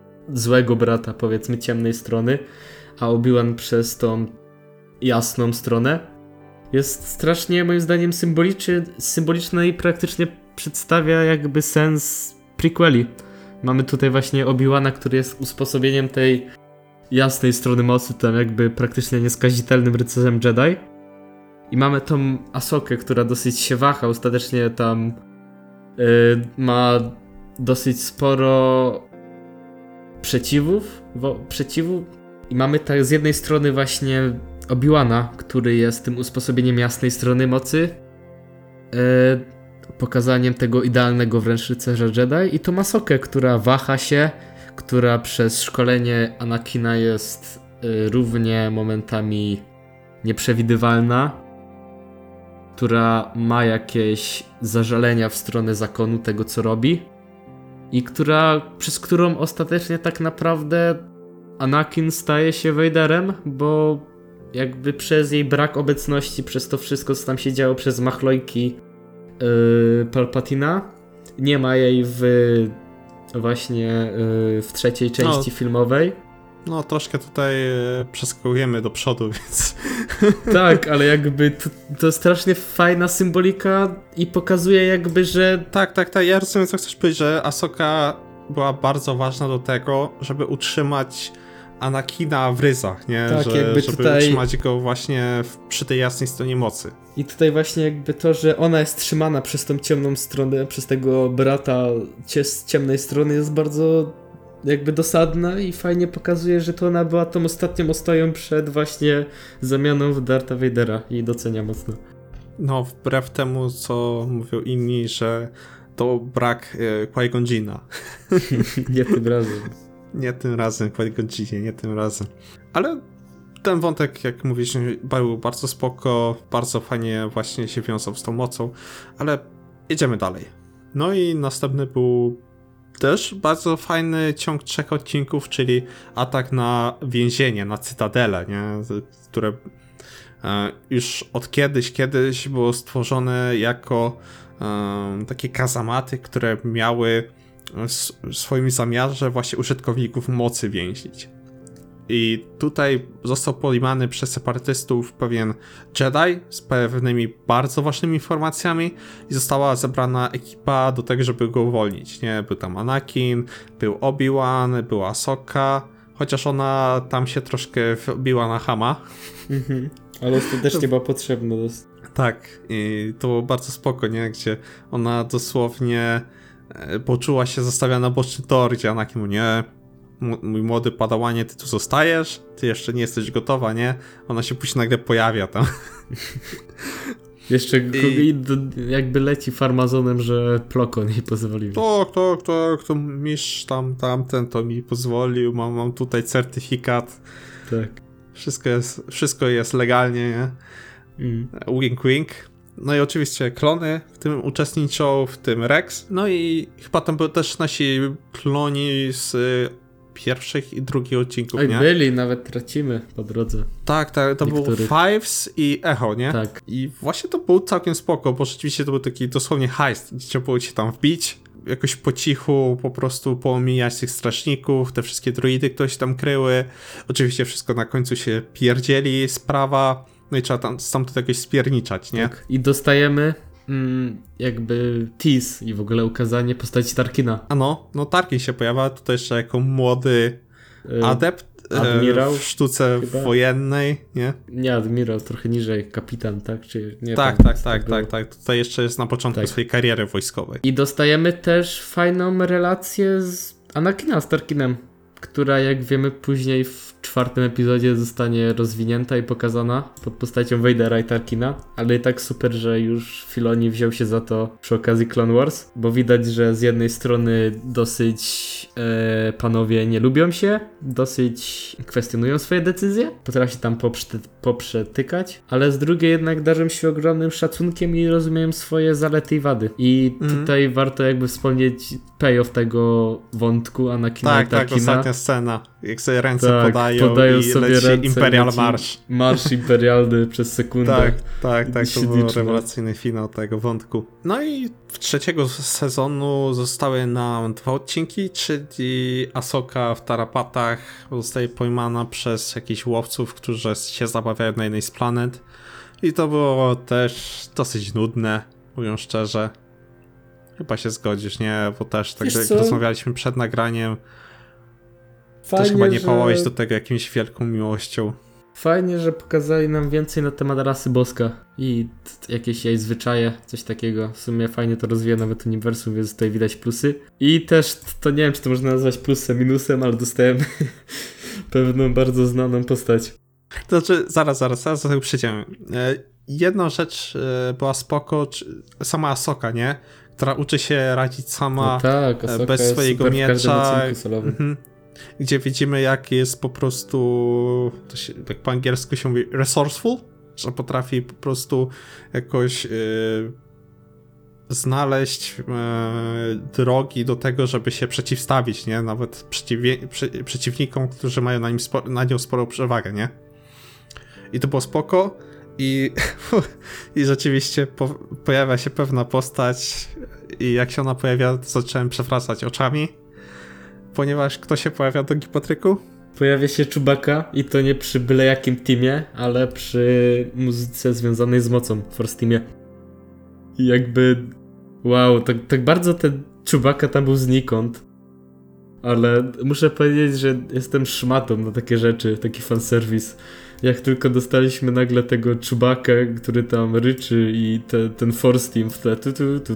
złego brata, powiedzmy, ciemnej strony, a Obi-Wan przez tą jasną stronę. Jest strasznie, moim zdaniem, symboliczna i praktycznie przedstawia jakby sens prequeli. Mamy tutaj właśnie Obi-Wana, który jest usposobieniem tej jasnej strony mocy, tam jakby praktycznie nieskazitelnym rycerzem Jedi. I mamy tą Ahsokę, która dosyć się waha, ostatecznie tam ma dosyć sporo przeciwów. I mamy tak z jednej strony właśnie Obi-Wana, który jest tym usposobieniem jasnej strony mocy, pokazaniem tego idealnego wręcz rycerza Jedi, i tą Ahsokę, która waha się, która przez szkolenie Anakina jest równie momentami nieprzewidywalna, która ma jakieś zażalenia w stronę zakonu tego, co robi, i przez którą ostatecznie tak naprawdę Anakin staje się Vaderem, bo jakby przez jej brak obecności, przez to wszystko, co tam się działo, przez machlojki Palpatina, nie ma jej właśnie w trzeciej części filmowej. No, troszkę tutaj przeskakujemy do przodu, więc... Tak, ale jakby to strasznie fajna symbolika i pokazuje jakby, że... Tak, ja rozumiem, co chcesz powiedzieć, że Ahsoka była bardzo ważna do tego, żeby utrzymać Anakina w ryzach, nie? Tak, żeby utrzymać go właśnie przy tej jasnej stronie mocy. I tutaj właśnie jakby to, że ona jest trzymana przez tą ciemną stronę, przez tego brata z ciemnej strony, jest bardzo jakby dosadna i fajnie pokazuje, że to ona była tą ostatnią ostoją przed właśnie zamianą w Dartha Vadera, i docenia mocno. No, wbrew temu, co mówią inni, że to brak Qui-Gon Jinna. Nie tym razem. Nie tym razem, Qui-Gon Jinnie, nie tym razem. Ale ten wątek, jak mówisz, był bardzo spoko, bardzo fajnie właśnie się wiązał z tą mocą, ale jedziemy dalej. No i następny był też bardzo fajny ciąg 3 odcinków, czyli atak na więzienie, na cytadelę, nie? Które już od kiedyś było stworzone jako takie kazamaty, które miały w swoim zamiarze właśnie użytkowników mocy więzić. I tutaj został pojmany przez separatystów pewien Jedi z pewnymi bardzo ważnymi informacjami i została zebrana ekipa do tego, żeby go uwolnić, nie? Był tam Anakin, był Obi-Wan, była Ahsoka, chociaż ona tam się troszkę wbiła na chama. Ale ostatecznie była potrzebna. Tak, i to było bardzo spoko, nie? Gdzie ona dosłownie poczuła się zostawiona na boczny tor, gdzie Anakin mówi, nie, mój młody padałanie, ty tu zostajesz? Ty jeszcze nie jesteś gotowa, nie? Ona się później nagle pojawia tam. Jeszcze jakby leci farmazonem, że Plokon jej pozwolił. To mistrz tamten to mi pozwolił, mam tutaj certyfikat. Tak. Wszystko jest legalnie, nie? Wink wink. No i oczywiście klony w tym uczestniczą, w tym Rex. No i chyba tam były też nasi kloni z pierwszych i drugich odcinków, nie? Byli, nawet tracimy po drodze. Tak, to był Fives i Echo, nie? Tak. I właśnie to był całkiem spoko, bo rzeczywiście to był taki dosłownie heist, gdzie trzeba było się tam wbić, jakoś po cichu po prostu poomijać tych strażników, te wszystkie droidy, które się tam kryły. Oczywiście wszystko na końcu się pierdzieli, sprawa, no i trzeba tam stamtąd jakoś spierniczać, nie? Tak. I dostajemy jakby tease i w ogóle ukazanie postaci Tarkina. A no Tarkin się pojawia tutaj jeszcze jako młody adept admirał, w sztuce chyba wojennej, nie? Nie admirał, trochę niżej, kapitan, tak? Czy nie? Tak. Tutaj jeszcze jest na początku swojej kariery wojskowej. I dostajemy też fajną relację z Anakina, z Tarkinem, która jak wiemy później w 4. epizodzie zostanie rozwinięta i pokazana pod postacią Vadera i Tarkina, ale i tak super, że już Filoni wziął się za to przy okazji Clone Wars, bo widać, że z jednej strony dosyć panowie nie lubią się, dosyć kwestionują swoje decyzje, potrafi tam poprzetykać, ale z drugiej jednak darzą się ogromnym szacunkiem i rozumieją swoje zalety i wady. I tutaj warto jakby wspomnieć payoff tego wątku Anakina i Tarkina. Tak, ostatnia scena, jak sobie ręce podają i sobie leci ręce, Imperial Marsz. Marsz imperialny przez sekundę. Tak, to był rewelacyjny finał tego wątku. No i w 3. sezonu zostały nam 2 odcinki, czyli Ahsoka w tarapatach zostaje pojmana przez jakichś łowców, którzy się zabawiają na jednej z planet. I to było też dosyć nudne, mówiąc szczerze. Chyba się zgodzisz, nie? Bo też tak jak rozmawialiśmy przed nagraniem, fajnie, też chyba nie pałałeś do tego jakimś wielką miłością. Fajnie, że pokazali nam więcej na temat rasy boska i jakieś jej zwyczaje, coś takiego. W sumie fajnie to rozwija nawet uniwersum, więc tutaj widać plusy. I też, to nie wiem, czy to można nazwać plusem, minusem, ale dostałem pewną bardzo znaną postać. To znaczy, zaraz do tego przejdziemy. Jedna rzecz była spoko, sama Ahsoka, nie? Która uczy się radzić sama, no tak, bez swojego miecza. Gdzie widzimy, jak jest po prostu, jak po angielsku się mówi, resourceful, że potrafi po prostu jakoś znaleźć drogi do tego, żeby się przeciwstawić, nie? Nawet przeciwnikom, którzy mają na nią sporą przewagę, nie? I to było spoko. I rzeczywiście pojawia się pewna postać i jak się ona pojawia, to zacząłem przewracać oczami, ponieważ kto się pojawia, drogi Patryku? Pojawia się Chewbacca i to nie przy byle jakim teamie, ale przy muzyce związanej z mocą w Force Teamie. I jakby wow, tak bardzo ten Chewbacca tam był znikąd. Ale muszę powiedzieć, że jestem szmatą na takie rzeczy, taki fanserwis. Jak tylko dostaliśmy nagle tego Chewbacca, który tam ryczy i ten Force Team w tle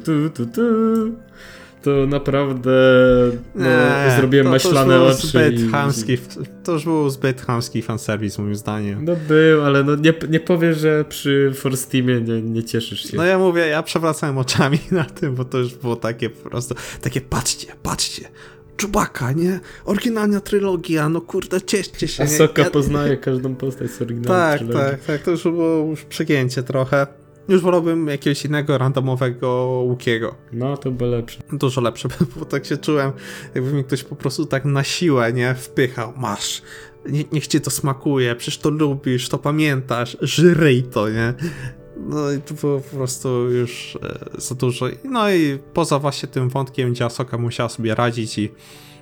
to naprawdę zrobiłem maślane oczy. To już był zbyt chamski fanserwis moim zdaniem. No był, ale no nie powiesz, że przy Force Teamie nie cieszysz się. No ja mówię, ja przewracałem oczami na tym, bo to już było takie po prostu, takie patrzcie. Chewbacca, nie? Oryginalna trylogia, no kurde, cieszcie się. Ahsoka poznaje każdą postać z oryginalnej trylogii. Tak, to już było przegięcie trochę. Już wolałbym jakiegoś innego randomowego Łukiego. No, to by lepsze. Dużo lepsze, bo tak się czułem, jakby mi ktoś po prostu tak na siłę, nie? Wpychał, masz, niech ci to smakuje, przecież to lubisz, to pamiętasz, żryj to, nie? No i to było po prostu już za dużo. No i poza właśnie tym wątkiem, gdzie Ahsoka musiała sobie radzić i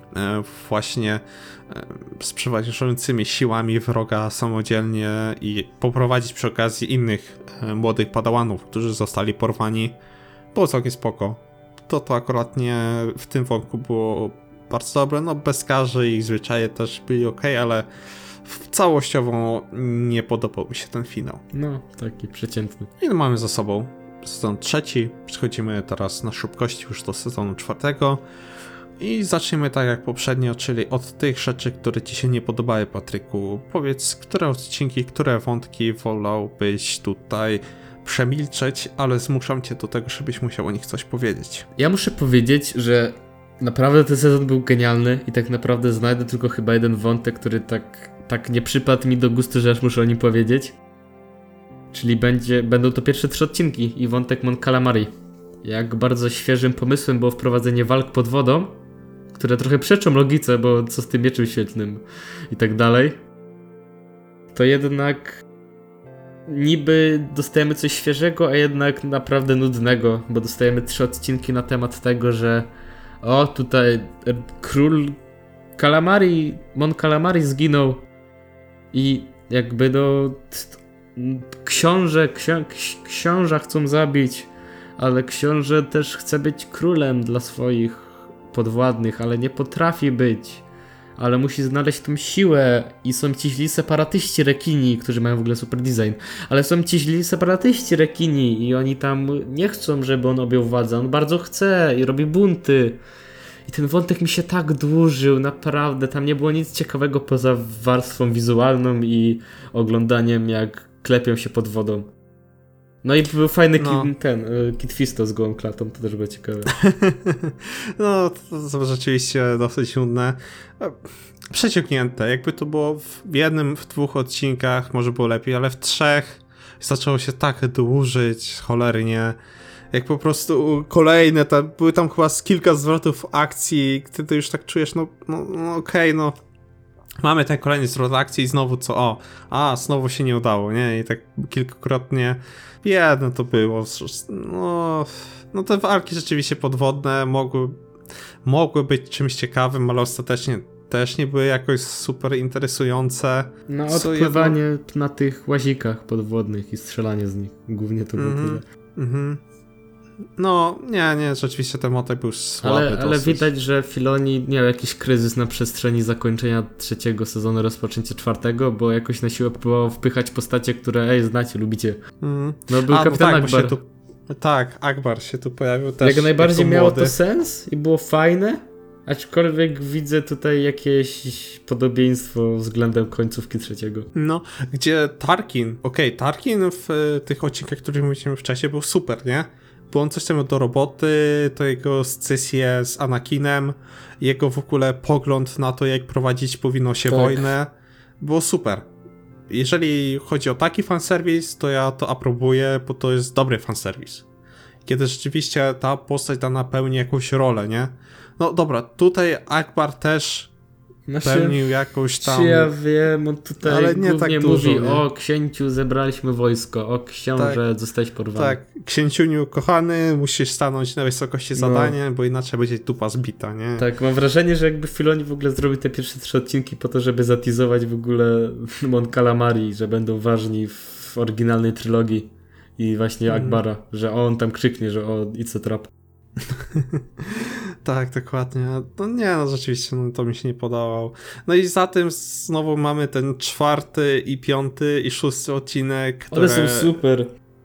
właśnie z przewodniczącymi siłami wroga samodzielnie i poprowadzić przy okazji innych młodych padawanów, którzy zostali porwani, było całkiem spoko. To akurat nie w tym wątku było bardzo dobre, no bezkarzy i ich zwyczaje też byli okej, ale całościowo nie podobał mi się ten finał. No, taki przeciętny. I mamy za sobą sezon 3, przechodzimy teraz na szybkości już do sezonu 4 i zaczniemy tak jak poprzednio, czyli od tych rzeczy, które ci się nie podobały, Patryku. Powiedz, które odcinki, które wątki wolałbyś tutaj przemilczeć, ale zmuszam cię do tego, żebyś musiał o nich coś powiedzieć. Ja muszę powiedzieć, że naprawdę ten sezon był genialny i tak naprawdę znajdę tylko chyba jeden wątek, który tak nie przypadł mi do gustu, że aż muszę o nim powiedzieć. Czyli będą to pierwsze 3 odcinki i wątek Mon Calamari. Jak bardzo świeżym pomysłem było wprowadzenie walk pod wodą, które trochę przeczą logice, bo co z tym mieczem świetlnym i tak dalej. To jednak niby dostajemy coś świeżego, a jednak naprawdę nudnego, bo dostajemy 3 odcinki na temat tego, że tutaj król Calamari, Mon Calamari zginął i jakby książę chcą zabić, ale książę też chce być królem dla swoich podwładnych, ale nie potrafi być, ale musi znaleźć tą siłę i są ci źli separatyści rekini, którzy mają w ogóle super design, ale są ci źli separatyści rekini i oni tam nie chcą, żeby on objął władzę, on bardzo chce i robi bunty. I ten wątek mi się tak dłużył, naprawdę, tam nie było nic ciekawego poza warstwą wizualną i oglądaniem jak klepią się pod wodą. No i był fajny Kid Fisto z gołą klatą, to też było ciekawe. No, to rzeczywiście dosyć nudne. Przeciągnięte, jakby to było w jednym, w 2 odcinkach, może było lepiej, ale w 3 zaczęło się tak dłużyć, cholernie. Jak po prostu kolejne, były tam chyba kilka zwrotów akcji, ty już tak czujesz, no okej, mamy ten kolejny zwrot akcji i znowu znowu się nie udało, nie? I tak kilkukrotnie jedno to było. No te walki rzeczywiście podwodne mogły być czymś ciekawym, ale ostatecznie też nie były jakoś super interesujące. No odpływanie na tych łazikach podwodnych i strzelanie z nich, głównie to było tyle. No, nie, rzeczywiście ten motyw był słaby. Ale widać, że Filoni miał jakiś kryzys na przestrzeni zakończenia 3 sezonu, rozpoczęcia 4, bo jakoś na siłę próbował wpychać postacie, które lubicie, lubicie. No był kapitan Akbar. Akbar się tu pojawił też. Jak najbardziej miało to sens i było fajne, aczkolwiek widzę tutaj jakieś podobieństwo względem końcówki 3. No, gdzie Tarkin w tych odcinkach, których mówiliśmy wcześniej, był super, nie? Bo on coś tam miał do roboty, to jego scysję z Anakinem, jego w ogóle pogląd na to, jak prowadzić powinno się wojnę, było super. Jeżeli chodzi o taki fanserwis, to ja to aprobuję, bo to jest dobry fanserwis. Kiedy rzeczywiście ta postać da napełni jakąś rolę, nie? No dobra, tutaj Akbar też pełnił jakąś tam... Ja wiem, on tutaj ale nie głównie tak dużo, mówi, nie? o księciu zebraliśmy wojsko, o książę zostałeś porwany. Tak, księciuniu kochany, musisz stanąć na wysokości zadania, bo inaczej będzie dupa zbita, nie? Tak, mam wrażenie, że jakby Filoni w ogóle zrobił te pierwsze 3 odcinki po to, żeby zatizować w ogóle Mon Calamari, że będą ważni w oryginalnej trylogii i właśnie Akbara, że on tam krzyknie, że it's a trap. Tak, dokładnie. Rzeczywiście, to mi się nie podobało. No i za tym znowu mamy ten 4. i 5. i 6. odcinek, które... One są super.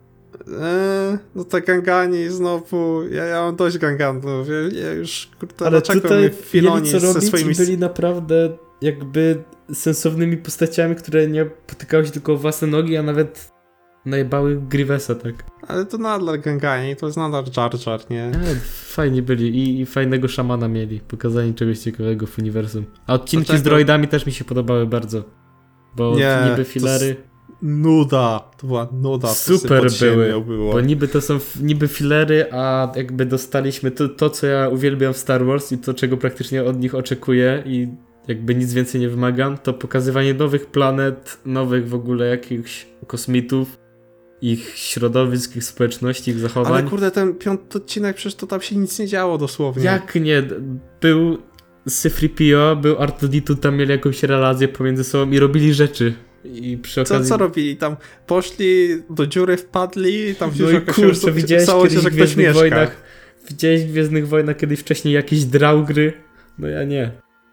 Te gangani znowu, ja mam dość ganganów, ja już, kurde, ale dlaczego tutaj Filoni co robić ze swoimi... i byli naprawdę jakby sensownymi postaciami, które nie potykały się tylko o własne nogi, a nawet najebały Grievesa, tak. Ale to nadal gangani, to jest nadal Jar Jar, nie? Fajni byli i fajnego szamana mieli, pokazanie czegoś ciekawego w uniwersum. A odcinki z droidami też mi się podobały bardzo, bo niby filery... To była nuda. Super było. Bo niby to są filery, a jakby dostaliśmy to, co ja uwielbiam w Star Wars i to, czego praktycznie od nich oczekuję i jakby nic więcej nie wymagam, to pokazywanie nowych planet, nowych w ogóle jakichś kosmitów, ich środowisk, ich społeczności, ich zachowań. Ale kurde, ten 5. odcinek, przecież to tam się nic nie działo dosłownie. Jak nie? Był C-3PO był R2-D2, tam mieli jakąś relację pomiędzy sobą i robili rzeczy. I przy okazji... Co robili? Tam poszli do dziury, wpadli, tam No i kurczę, widziałeś kiedyś w Gwiezdnych Wojnach, widziałeś w Gwiezdnych Wojnach kiedyś wcześniej jakieś drałgry? No ja nie.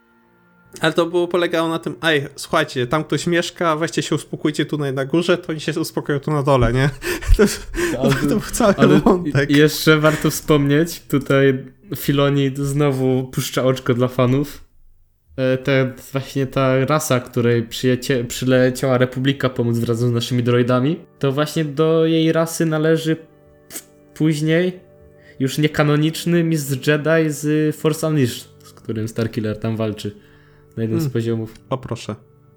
Ale to polegało na tym, słuchajcie, tam ktoś mieszka, weźcie się uspokójcie tutaj na górze, to oni się uspokoją tu na dole, nie? To był cały wątek. Jeszcze warto wspomnieć, tutaj Filoni znowu puszcza oczko dla fanów. Właśnie ta rasa, której przyleciała Republika pomóc wraz z naszymi droidami, to właśnie do jej rasy należy później już niekanoniczny mistrz Jedi z Force Unleashed, z którym Starkiller tam walczy na jednym z poziomów. O proszę,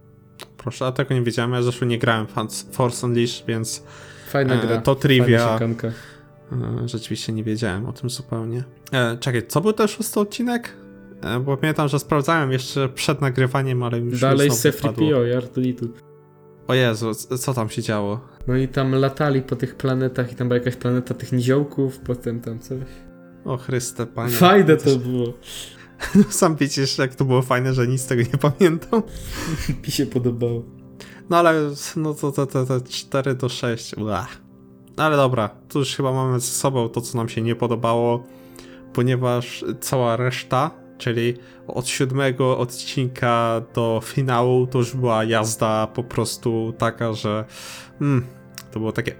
a tego nie wiedziałem, ja zresztą nie grałem w Force Unleashed, więc fajna gra, to trivia. fajna Rzeczywiście nie wiedziałem o tym zupełnie. Czekaj, co był ten 6. odcinek? Bo pamiętam, że sprawdzałem jeszcze przed nagrywaniem, ale już dalej znowu C-3PO i R2-D2. O Jezu, co tam się działo? No i tam latali po tych planetach i tam była jakaś planeta tych niziołków, potem tam coś. O Chryste, panie. Fajne to było. Sam widzisz, jak to było fajne, że nic z tego nie pamiętam. Mi się podobało. No ale no to 4-6. Ale dobra, tu już chyba mamy ze sobą to, co nam się nie podobało, ponieważ cała reszta, czyli od 7 odcinka do finału, to już była jazda po prostu taka, że to było takie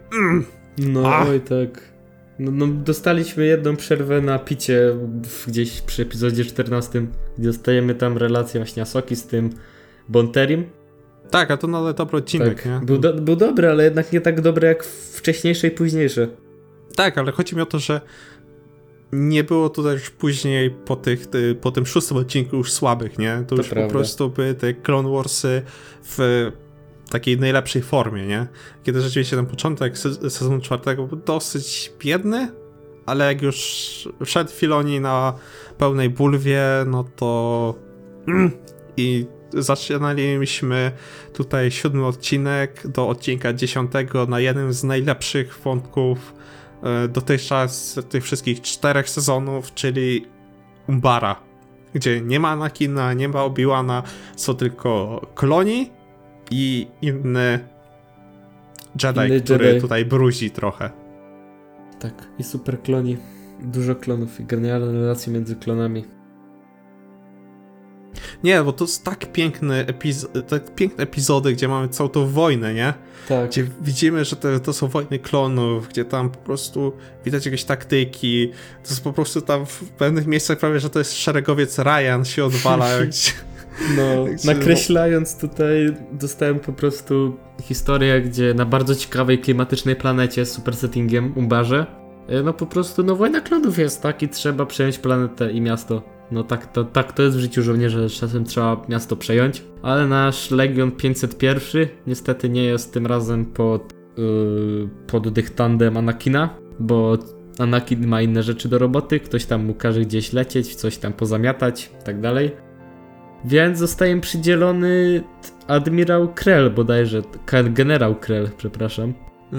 oj tak. No, dostaliśmy jedną przerwę na picie gdzieś przy epizodzie 14, gdzie dostajemy tam relację właśnie Asoki z tym Bonterim. Tak, a to nawet dobry odcinek, tak, nie? Był dobry, ale jednak nie tak dobry jak wcześniejsze i późniejsze. Tak, ale chodzi mi o to, że nie było tutaj już później po tym 6. odcinku już słabych, nie? To już prawda. Po prostu były te Clone Warsy w takiej najlepszej formie, nie? Kiedy rzeczywiście ten początek sezonu 4 był dosyć biedny, ale jak już wszedł Filoni na pełnej bulwie, no to i zaczynaliśmy tutaj 7. odcinek do odcinka 10 na jednym z najlepszych wątków dotychczas tych wszystkich 4 sezonów, czyli Umbara, gdzie nie ma Anakina, nie ma Obi-Wana, są tylko kloni i inny Jedi, który tutaj bruzi trochę. Tak, i super kloni. Dużo klonów i genialne relacje między klonami. Nie, bo to jest tak piękne epizody, gdzie mamy całą tą wojnę, nie? Tak. Gdzie widzimy, że to są wojny klonów, gdzie tam po prostu widać jakieś taktyki. To jest po prostu tam w pewnych miejscach prawie, że to jest szeregowiec Ryan się odwala. No, nakreślając tutaj, dostałem po prostu historię, gdzie na bardzo ciekawej, klimatycznej planecie z super settingiem, Umbarze, no po prostu, no wojna klonów jest, tak? I trzeba przejąć planetę i miasto. No tak to jest w życiu żołnierza, że czasem trzeba miasto przejąć. Ale nasz Legion 501 niestety nie jest tym razem pod dyktandem Anakina, bo Anakin ma inne rzeczy do roboty, ktoś tam mu każe gdzieś lecieć, coś tam pozamiatać i tak dalej. Więc zostaje przydzielony admirał Krell bodajże, generał Krell, przepraszam,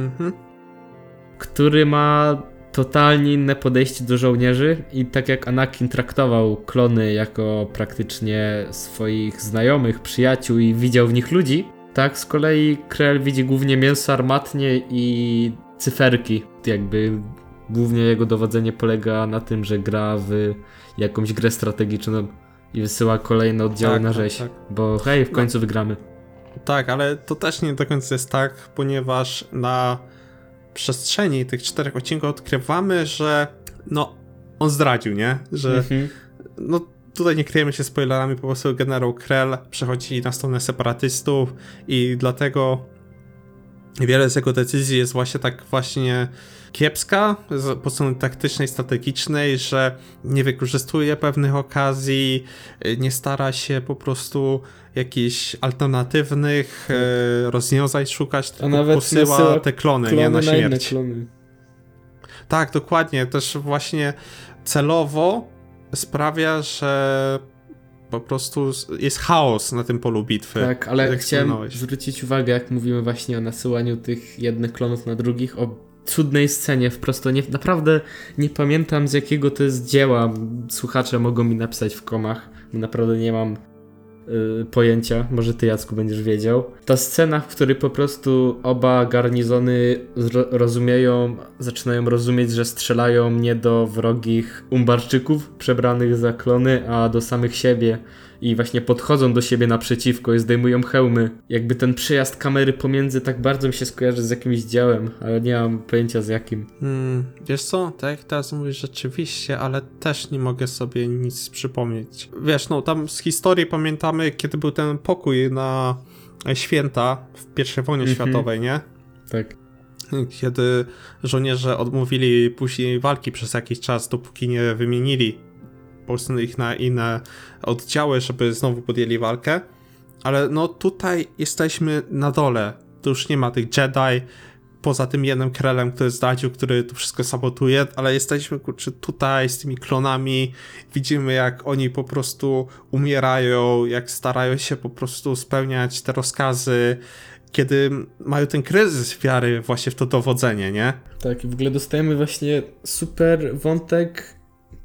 który ma totalnie inne podejście do żołnierzy i tak jak Anakin traktował klony jako praktycznie swoich znajomych, przyjaciół i widział w nich ludzi, tak z kolei Krell widzi głównie mięso armatnie i cyferki. Jakby głównie jego dowodzenie polega na tym, że gra w jakąś grę strategiczną i wysyła kolejne oddziały na rzeź, bo hej, w końcu wygramy. Tak, ale to też nie do końca jest tak, ponieważ na przestrzeni tych 4 odcinków odkrywamy, że no, on zdradził, nie? Że no tutaj nie kryjemy się spoilerami, po prostu generał Krell przechodzi na stronę separatystów i dlatego wiele z jego decyzji jest właśnie tak właśnie kiepska, po strony taktycznej, strategicznej, że nie wykorzystuje pewnych okazji, nie stara się po prostu jakichś alternatywnych rozwiązań szukać, tylko nawet posyła te klony nie, na śmierć. Klony. Tak, dokładnie. Też właśnie celowo sprawia, że po prostu jest chaos na tym polu bitwy. Tak, ale chciałem zwrócić uwagę, jak mówimy właśnie o nasyłaniu tych jednych klonów na drugich, o cudnej scenie, wprost naprawdę nie pamiętam z jakiego to jest dzieła, słuchacze mogą mi napisać w komach, Naprawdę nie mam pojęcia, może ty, Jacku, będziesz wiedział. Ta scena, w której po prostu oba garnizony zaczynają rozumieć, że strzelają nie do wrogich umbarczyków przebranych za klony, a do samych siebie i właśnie podchodzą do siebie naprzeciwko i zdejmują hełmy. Jakby ten przejazd kamery pomiędzy tak bardzo mi się skojarzy z jakimś dziełem, ale nie mam pojęcia z jakim. Wiesz co, tak jak teraz mówisz rzeczywiście, ale też nie mogę sobie nic przypomnieć. Wiesz, no tam z historii pamiętamy, kiedy był ten pokój na święta w I wojnie światowej, nie? Tak. Kiedy żołnierze odmówili później walki przez jakiś czas, dopóki nie wymienili po prostu ich na inne oddziały, żeby znowu podjęli walkę. Ale no tutaj jesteśmy na dole. Tu już nie ma tych Jedi, poza tym jednym Krellem, który zdradził, który tu wszystko sabotuje, ale jesteśmy tutaj z tymi klonami, widzimy jak oni po prostu umierają, jak starają się po prostu spełniać te rozkazy, kiedy mają ten kryzys wiary właśnie w to dowodzenie, nie? Tak, i w ogóle dostajemy właśnie super wątek,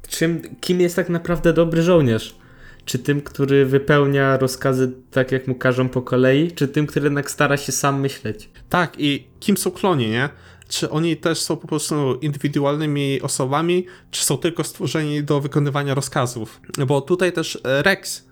kim jest tak naprawdę dobry żołnierz. Czy tym, który wypełnia rozkazy tak, jak mu każą po kolei, czy tym, który jednak stara się sam myśleć. Tak, i kim są kloni, nie? Czy oni też są po prostu indywidualnymi osobami, czy są tylko stworzeni do wykonywania rozkazów? Bo tutaj też Rex,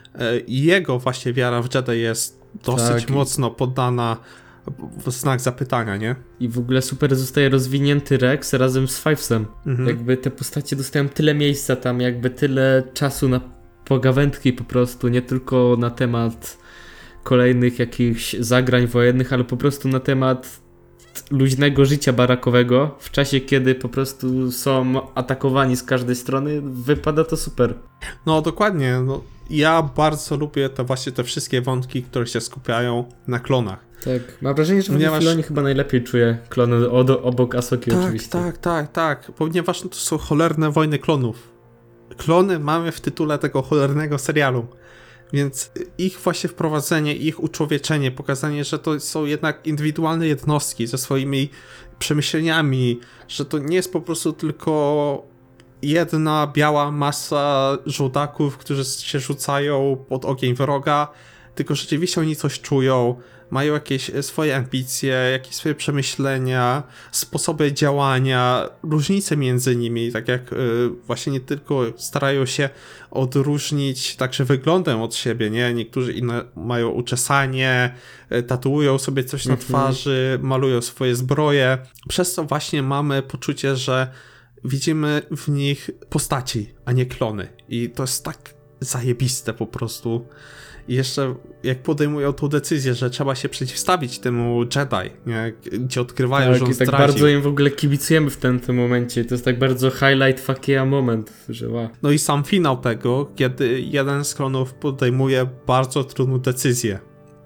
jego właśnie wiara w Jedi jest dosyć mocno poddana w znak zapytania, nie? I w ogóle super zostaje rozwinięty Rex razem z Fivesem. Jakby te postacie dostają tyle miejsca tam, jakby tyle czasu na pogawędki po prostu, nie tylko na temat kolejnych jakichś zagrań wojennych, ale po prostu na temat luźnego życia barakowego w czasie, kiedy po prostu są atakowani z każdej strony. Wypada to super. No dokładnie, no, ja bardzo lubię te wszystkie wątki, które się skupiają na klonach. Tak, mam wrażenie, że w Filonie chyba najlepiej czuję klony obok Asoki oczywiście. Tak, ponieważ to są cholerne wojny klonów. Klony mamy w tytule tego cholernego serialu, więc ich właśnie wprowadzenie, ich uczłowieczenie, pokazanie, że to są jednak indywidualne jednostki ze swoimi przemyśleniami, że to nie jest po prostu tylko jedna biała masa żołdaków, którzy się rzucają pod ogień wroga, tylko rzeczywiście oni coś czują, mają jakieś swoje ambicje, jakieś swoje przemyślenia, sposoby działania, różnice między nimi, tak jak właśnie nie tylko starają się odróżnić także wyglądem od siebie, nie? Niektórzy inne mają uczesanie, tatuują sobie coś na twarzy, malują swoje zbroje, przez co właśnie mamy poczucie, że widzimy w nich postaci, a nie klony i to jest tak zajebiste po prostu. I jeszcze jak podejmują tą decyzję, że trzeba się przeciwstawić temu Jedi, nie? Gdzie odkrywają, że on tak zdradził. bardzo im w ogóle kibicujemy w tym momencie. To jest tak bardzo highlight fuckia moment, że wow. No i sam finał tego, kiedy jeden z klonów podejmuje bardzo trudną decyzję.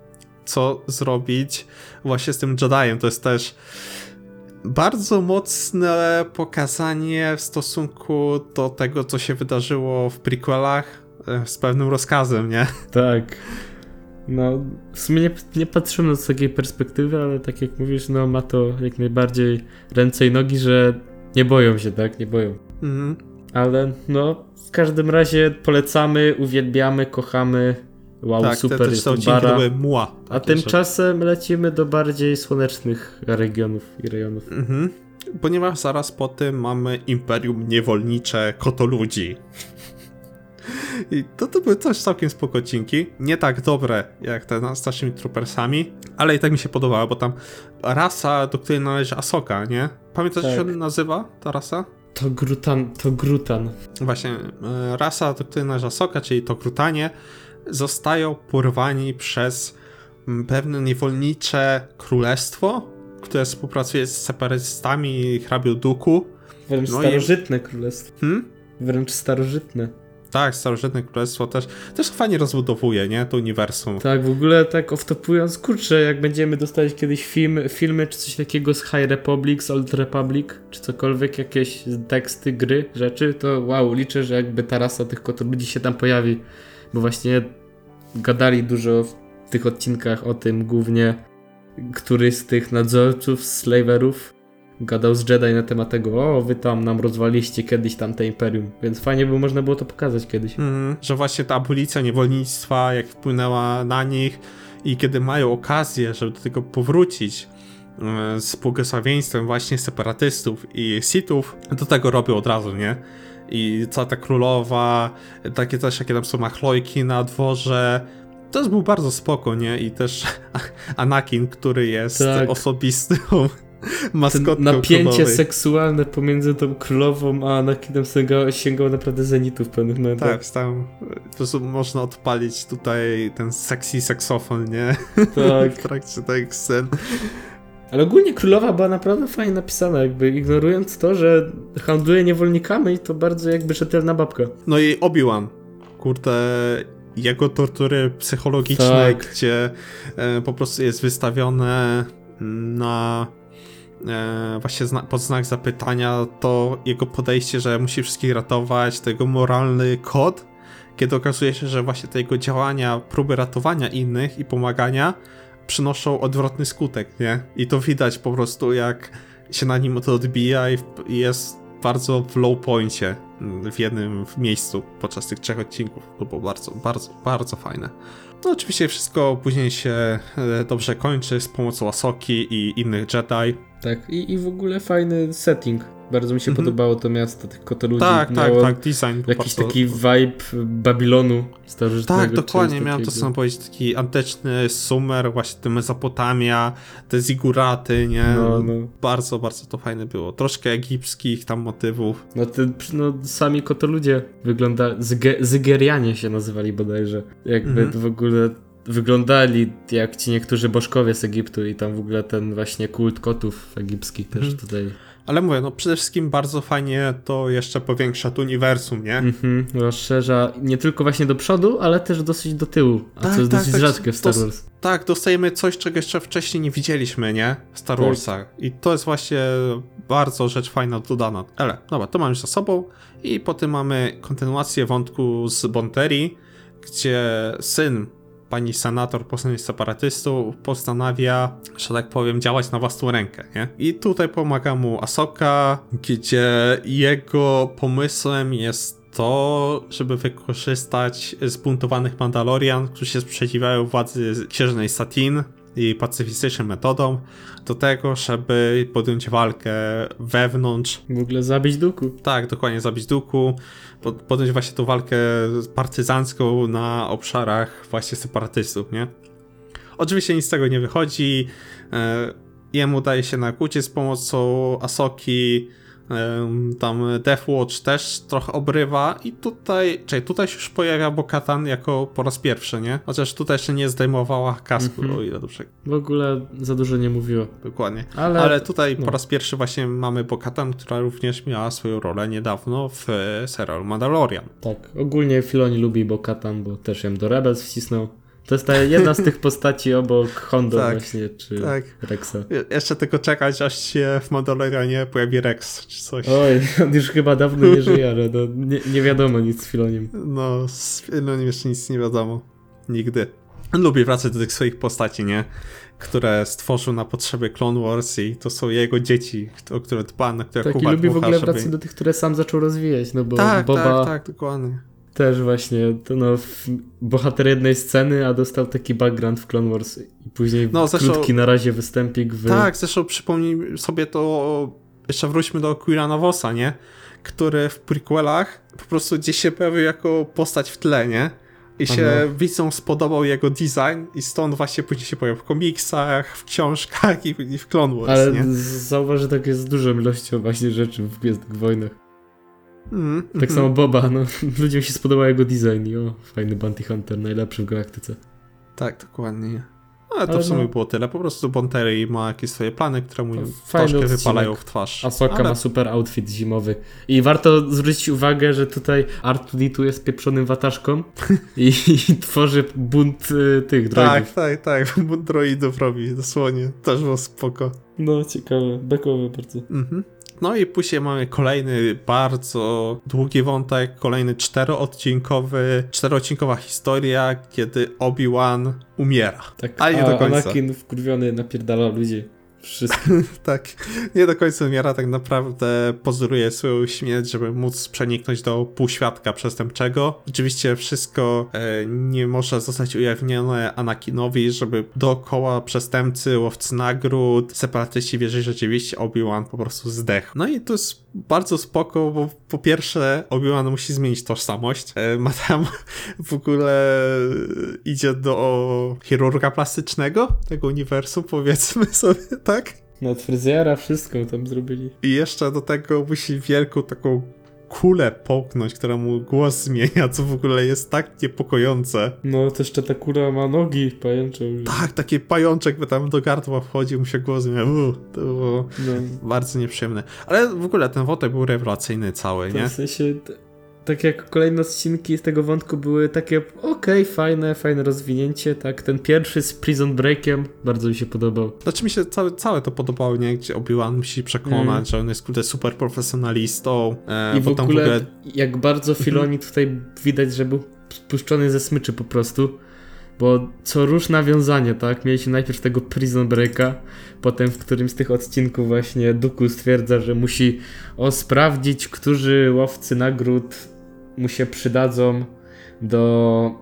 Co zrobić właśnie z tym Jediem. To jest też bardzo mocne pokazanie w stosunku do tego, co się wydarzyło w prequelach, z pewnym rozkazem, nie? Tak. No, w sumie nie patrzymy z takiej perspektywy, ale tak jak mówisz, no ma to jak najbardziej ręce i nogi, że nie boją się, tak? Nie boją. Ale no, w każdym razie polecamy, uwielbiamy, kochamy. Wow, tak, super, jest bara. A tymczasem lecimy do bardziej słonecznych regionów i rejonów. Ponieważ zaraz po tym mamy Imperium Niewolnicze Kotoludzi. I to były też całkiem spoko odcinki. Nie tak dobre jak te z naszymi troopersami, ale i tak mi się podobało, bo tam rasa, do której należy Asoka, nie? Pamiętasz, jak się nazywa ta rasa? To Grutan. Właśnie, rasa, do której należy Asoka, czyli to Grutanie, zostają porwani przez pewne niewolnicze królestwo, które współpracuje z separatystami i hrabią Duku. Wręcz starożytne królestwo. Wręcz starożytne. Tak, starożytne królestwo też fajnie rozbudowuje, nie? To uniwersum. Tak, w ogóle tak off-topując, kurczę, jak będziemy dostawać kiedyś filmy czy coś takiego z High Republic, z Old Republic, czy cokolwiek, jakieś teksty, gry, rzeczy, to wow, liczę, że jakby ta rasa tych kotoludzi się tam pojawi, bo właśnie gadali dużo w tych odcinkach o tym głównie, który z tych nadzorców, slaverów gadał z Jedi na temat tego, o wy tam nam rozwaliście kiedyś tamte imperium, więc fajnie by można było to pokazać kiedyś. Że właśnie ta abolicja niewolnictwa, jak wpłynęła na nich i kiedy mają okazję, żeby do tego powrócić z błogosławieństwem właśnie separatystów i Sithów, to tego robią od razu, nie? I cała ta królowa, takie też jakie tam są machlojki na dworze, to był bardzo spoko, nie? I też Anakin, który jest tak. osobistą maskotką napięcie królowej. seksualne pomiędzy tą królową a Anakinem sięgało naprawdę zenitu w pewnych momentach. Tak, tam po prostu można odpalić tutaj ten sexy saksofon, nie? Tak. W trakcie tych scen. Ale ogólnie królowa była naprawdę fajnie napisana, jakby ignorując to, że handluje niewolnikami, to bardzo jakby rzetelna babka. No i Obi-Wan, kurde, jego tortury psychologiczne, Tak. gdzie po prostu jest wystawione na właśnie pod znak zapytania to jego podejście, że musi wszystkich ratować, to jego moralny kod, kiedy okazuje się, że właśnie te jego działania, próby ratowania innych i pomagania przynoszą odwrotny skutek, nie? I to widać po prostu, jak się na nim to odbija i jest bardzo w low poincie w jednym miejscu podczas tych 3 odcinków. To było bardzo, bardzo, bardzo fajne. No oczywiście wszystko później się dobrze kończy z pomocą Asoki i innych Jedi. Tak, i w ogóle fajny setting. Bardzo mi się podobało to miasto, tych kotoludzi. Tak, design po jakiś prostu. taki vibe Babilonu starożytnego. Tak, dokładnie, miałem to takiego. samo powiedzieć, taki antyczny Sumer, właśnie te Mezopotamia, te ziguraty, nie? No. Bardzo, bardzo to fajne było. Troszkę egipskich tam motywów. Sami kotoludzie Zygerianie się nazywali bodajże. Jakby w ogóle wyglądali jak ci niektórzy bożkowie z Egiptu i tam w ogóle ten właśnie kult kotów egipskich też tutaj. Ale mówię, no przede wszystkim bardzo fajnie to jeszcze powiększa to uniwersum, nie? Rozszerza nie tylko właśnie do przodu, ale też dosyć do tyłu, co jest dosyć rzadkie w Star Wars. Tak, dostajemy coś, czego jeszcze wcześniej nie widzieliśmy, nie? W Star Warsach. I to jest właśnie bardzo rzecz fajna dodana. Ale, dobra, to mamy już za sobą i potem mamy kontynuację wątku z Bonteri, gdzie syn pani senator po stronie separatystów postanawia, że tak powiem, działać na własną rękę, nie? I tutaj pomaga mu Asoka, gdzie jego pomysłem jest to, żeby wykorzystać zbuntowanych Mandalorian, którzy się sprzeciwiają władzy księżnej Satine i pacyfistyczną metodą, do tego, żeby podjąć walkę wewnątrz. W ogóle zabić Dooku. Tak, dokładnie, zabić Dooku, podjąć właśnie tą walkę partyzancką na obszarach właśnie separatystów, nie? Oczywiście nic z tego nie wychodzi, jemu udaje się nakłucie z pomocą Asoki, tam Deathwatch też trochę obrywa i tutaj się już pojawia Bo-Katan jako po raz pierwszy, nie? Chociaż tutaj jeszcze nie zdejmowała kasku, o ile dobrze. W ogóle za dużo nie mówiło. Dokładnie. Ale tutaj po raz pierwszy właśnie mamy Bo-Katan, która również miała swoją rolę niedawno w serialu Mandalorian. Tak, ogólnie Filoni lubi Bo-Katan, bo też ją do Rebels wcisnął. To jest ta jedna z tych postaci obok Hondo właśnie, czy Rexa. Jeszcze tylko czekać, aż się w Mandalorianie pojawi Rex, czy coś. Oj, on już chyba dawno nie żyje, ale nie wiadomo nic z Filoniem. No, z Filoniem jeszcze nic nie wiadomo. Nigdy. On lubi wracać do tych swoich postaci, nie? Które stworzył na potrzeby Clone Wars i to są jego dzieci, o które dba, na które Tak, i lubi w ogóle wracać do tych, które sam zaczął rozwijać, no bo Boba... Tak, dokładnie. Też właśnie, to bohater jednej sceny, a dostał taki background w Clone Wars i później krótki na razie występik w... Tak, zresztą przypomnij sobie to, jeszcze wróćmy do Quilla Navosa, nie? Który w prequelach po prostu gdzieś się pojawił jako postać w tle, nie? I się widzom spodobał jego design i stąd właśnie później się pojawił w komiksach, w książkach i w Clone Wars, ale nie? Zauważ, że tak jest z dużą ilością właśnie rzeczy w Gwiezdnych Wojnach. Tak samo Boba, ludziom się spodobał jego design i fajny Bounty Hunter, najlepszy w galaktyce. Tak, dokładnie. Ale to w sumie było tyle. Po prostu Bonteri ma jakieś swoje plany, które mu troszkę wypalają w twarz. Asoka ma super outfit zimowy. I warto zwrócić uwagę, że tutaj R2-D2 jest pieprzonym wataszką i tworzy bunt tych droidów. Tak. Bunt droidów robi, dosłownie. Też było spoko. No, ciekawe. Bekowe bardzo. No i później mamy kolejny bardzo długi wątek, kolejny czteroodcinkowa historia, kiedy Obi-Wan umiera. Tak, ale nie do końca. Anakin wkurwiony napierdala ludzi. Wszystko. Tak, nie do końca umiera, tak naprawdę pozoruje swoją śmierć, żeby móc przeniknąć do półświadka przestępczego. Oczywiście wszystko nie może zostać ujawnione Anakinowi, żeby dookoła przestępcy, łowcy nagród, separatyści wierzyli, że rzeczywiście Obi-Wan po prostu zdechł. No i to jest bardzo spoko, bo po pierwsze Obi-Wan musi zmienić tożsamość. Ma tam w ogóle idzie do chirurga plastycznego tego uniwersum, powiedzmy sobie, tak? Nawet fryzjera, wszystko tam zrobili. I jeszcze do tego musi wielką taką kulę połknąć, która mu głos zmienia, co w ogóle jest tak niepokojące. No, to jeszcze ta kura ma nogi pajęcze. Tak, taki pajączek by tam do gardła wchodził, mu się głos zmienia. To było bardzo nieprzyjemne. Ale w ogóle ten wątek był rewelacyjny cały, nie? W sensie, tak jak kolejne odcinki z tego wątku były takie fajne rozwinięcie, tak. Ten pierwszy z Prison Breakiem bardzo mi się podobał. Znaczy mi się całe to podobało, nie? Gdzie Obi-Wan musi przekonać, że on jest kurde super profesjonalistą. I w ogóle jak bardzo Filoni tutaj widać, że był spuszczony ze smyczy po prostu. Bo co rusz nawiązanie, tak? Mieliśmy najpierw tego Prison Breaka, potem w którymś z tych odcinków właśnie Dooku stwierdza, że musi sprawdzić, którzy łowcy nagród mu się przydadzą do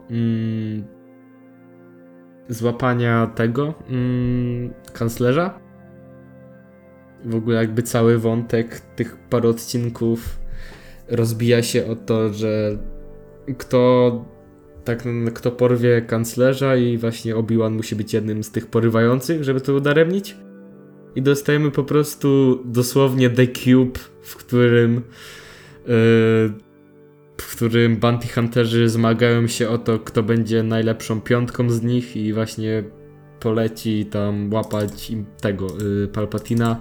złapania tego kanclerza. W ogóle jakby cały wątek tych paru odcinków rozbija się o to, że kto porwie kanclerza i właśnie Obi-Wan musi być jednym z tych porywających, żeby to udaremnić. I dostajemy po prostu dosłownie The Cube, w którym bounty hunterzy zmagają się o to, kto będzie najlepszą piątką z nich i właśnie poleci tam łapać im tego Palpatina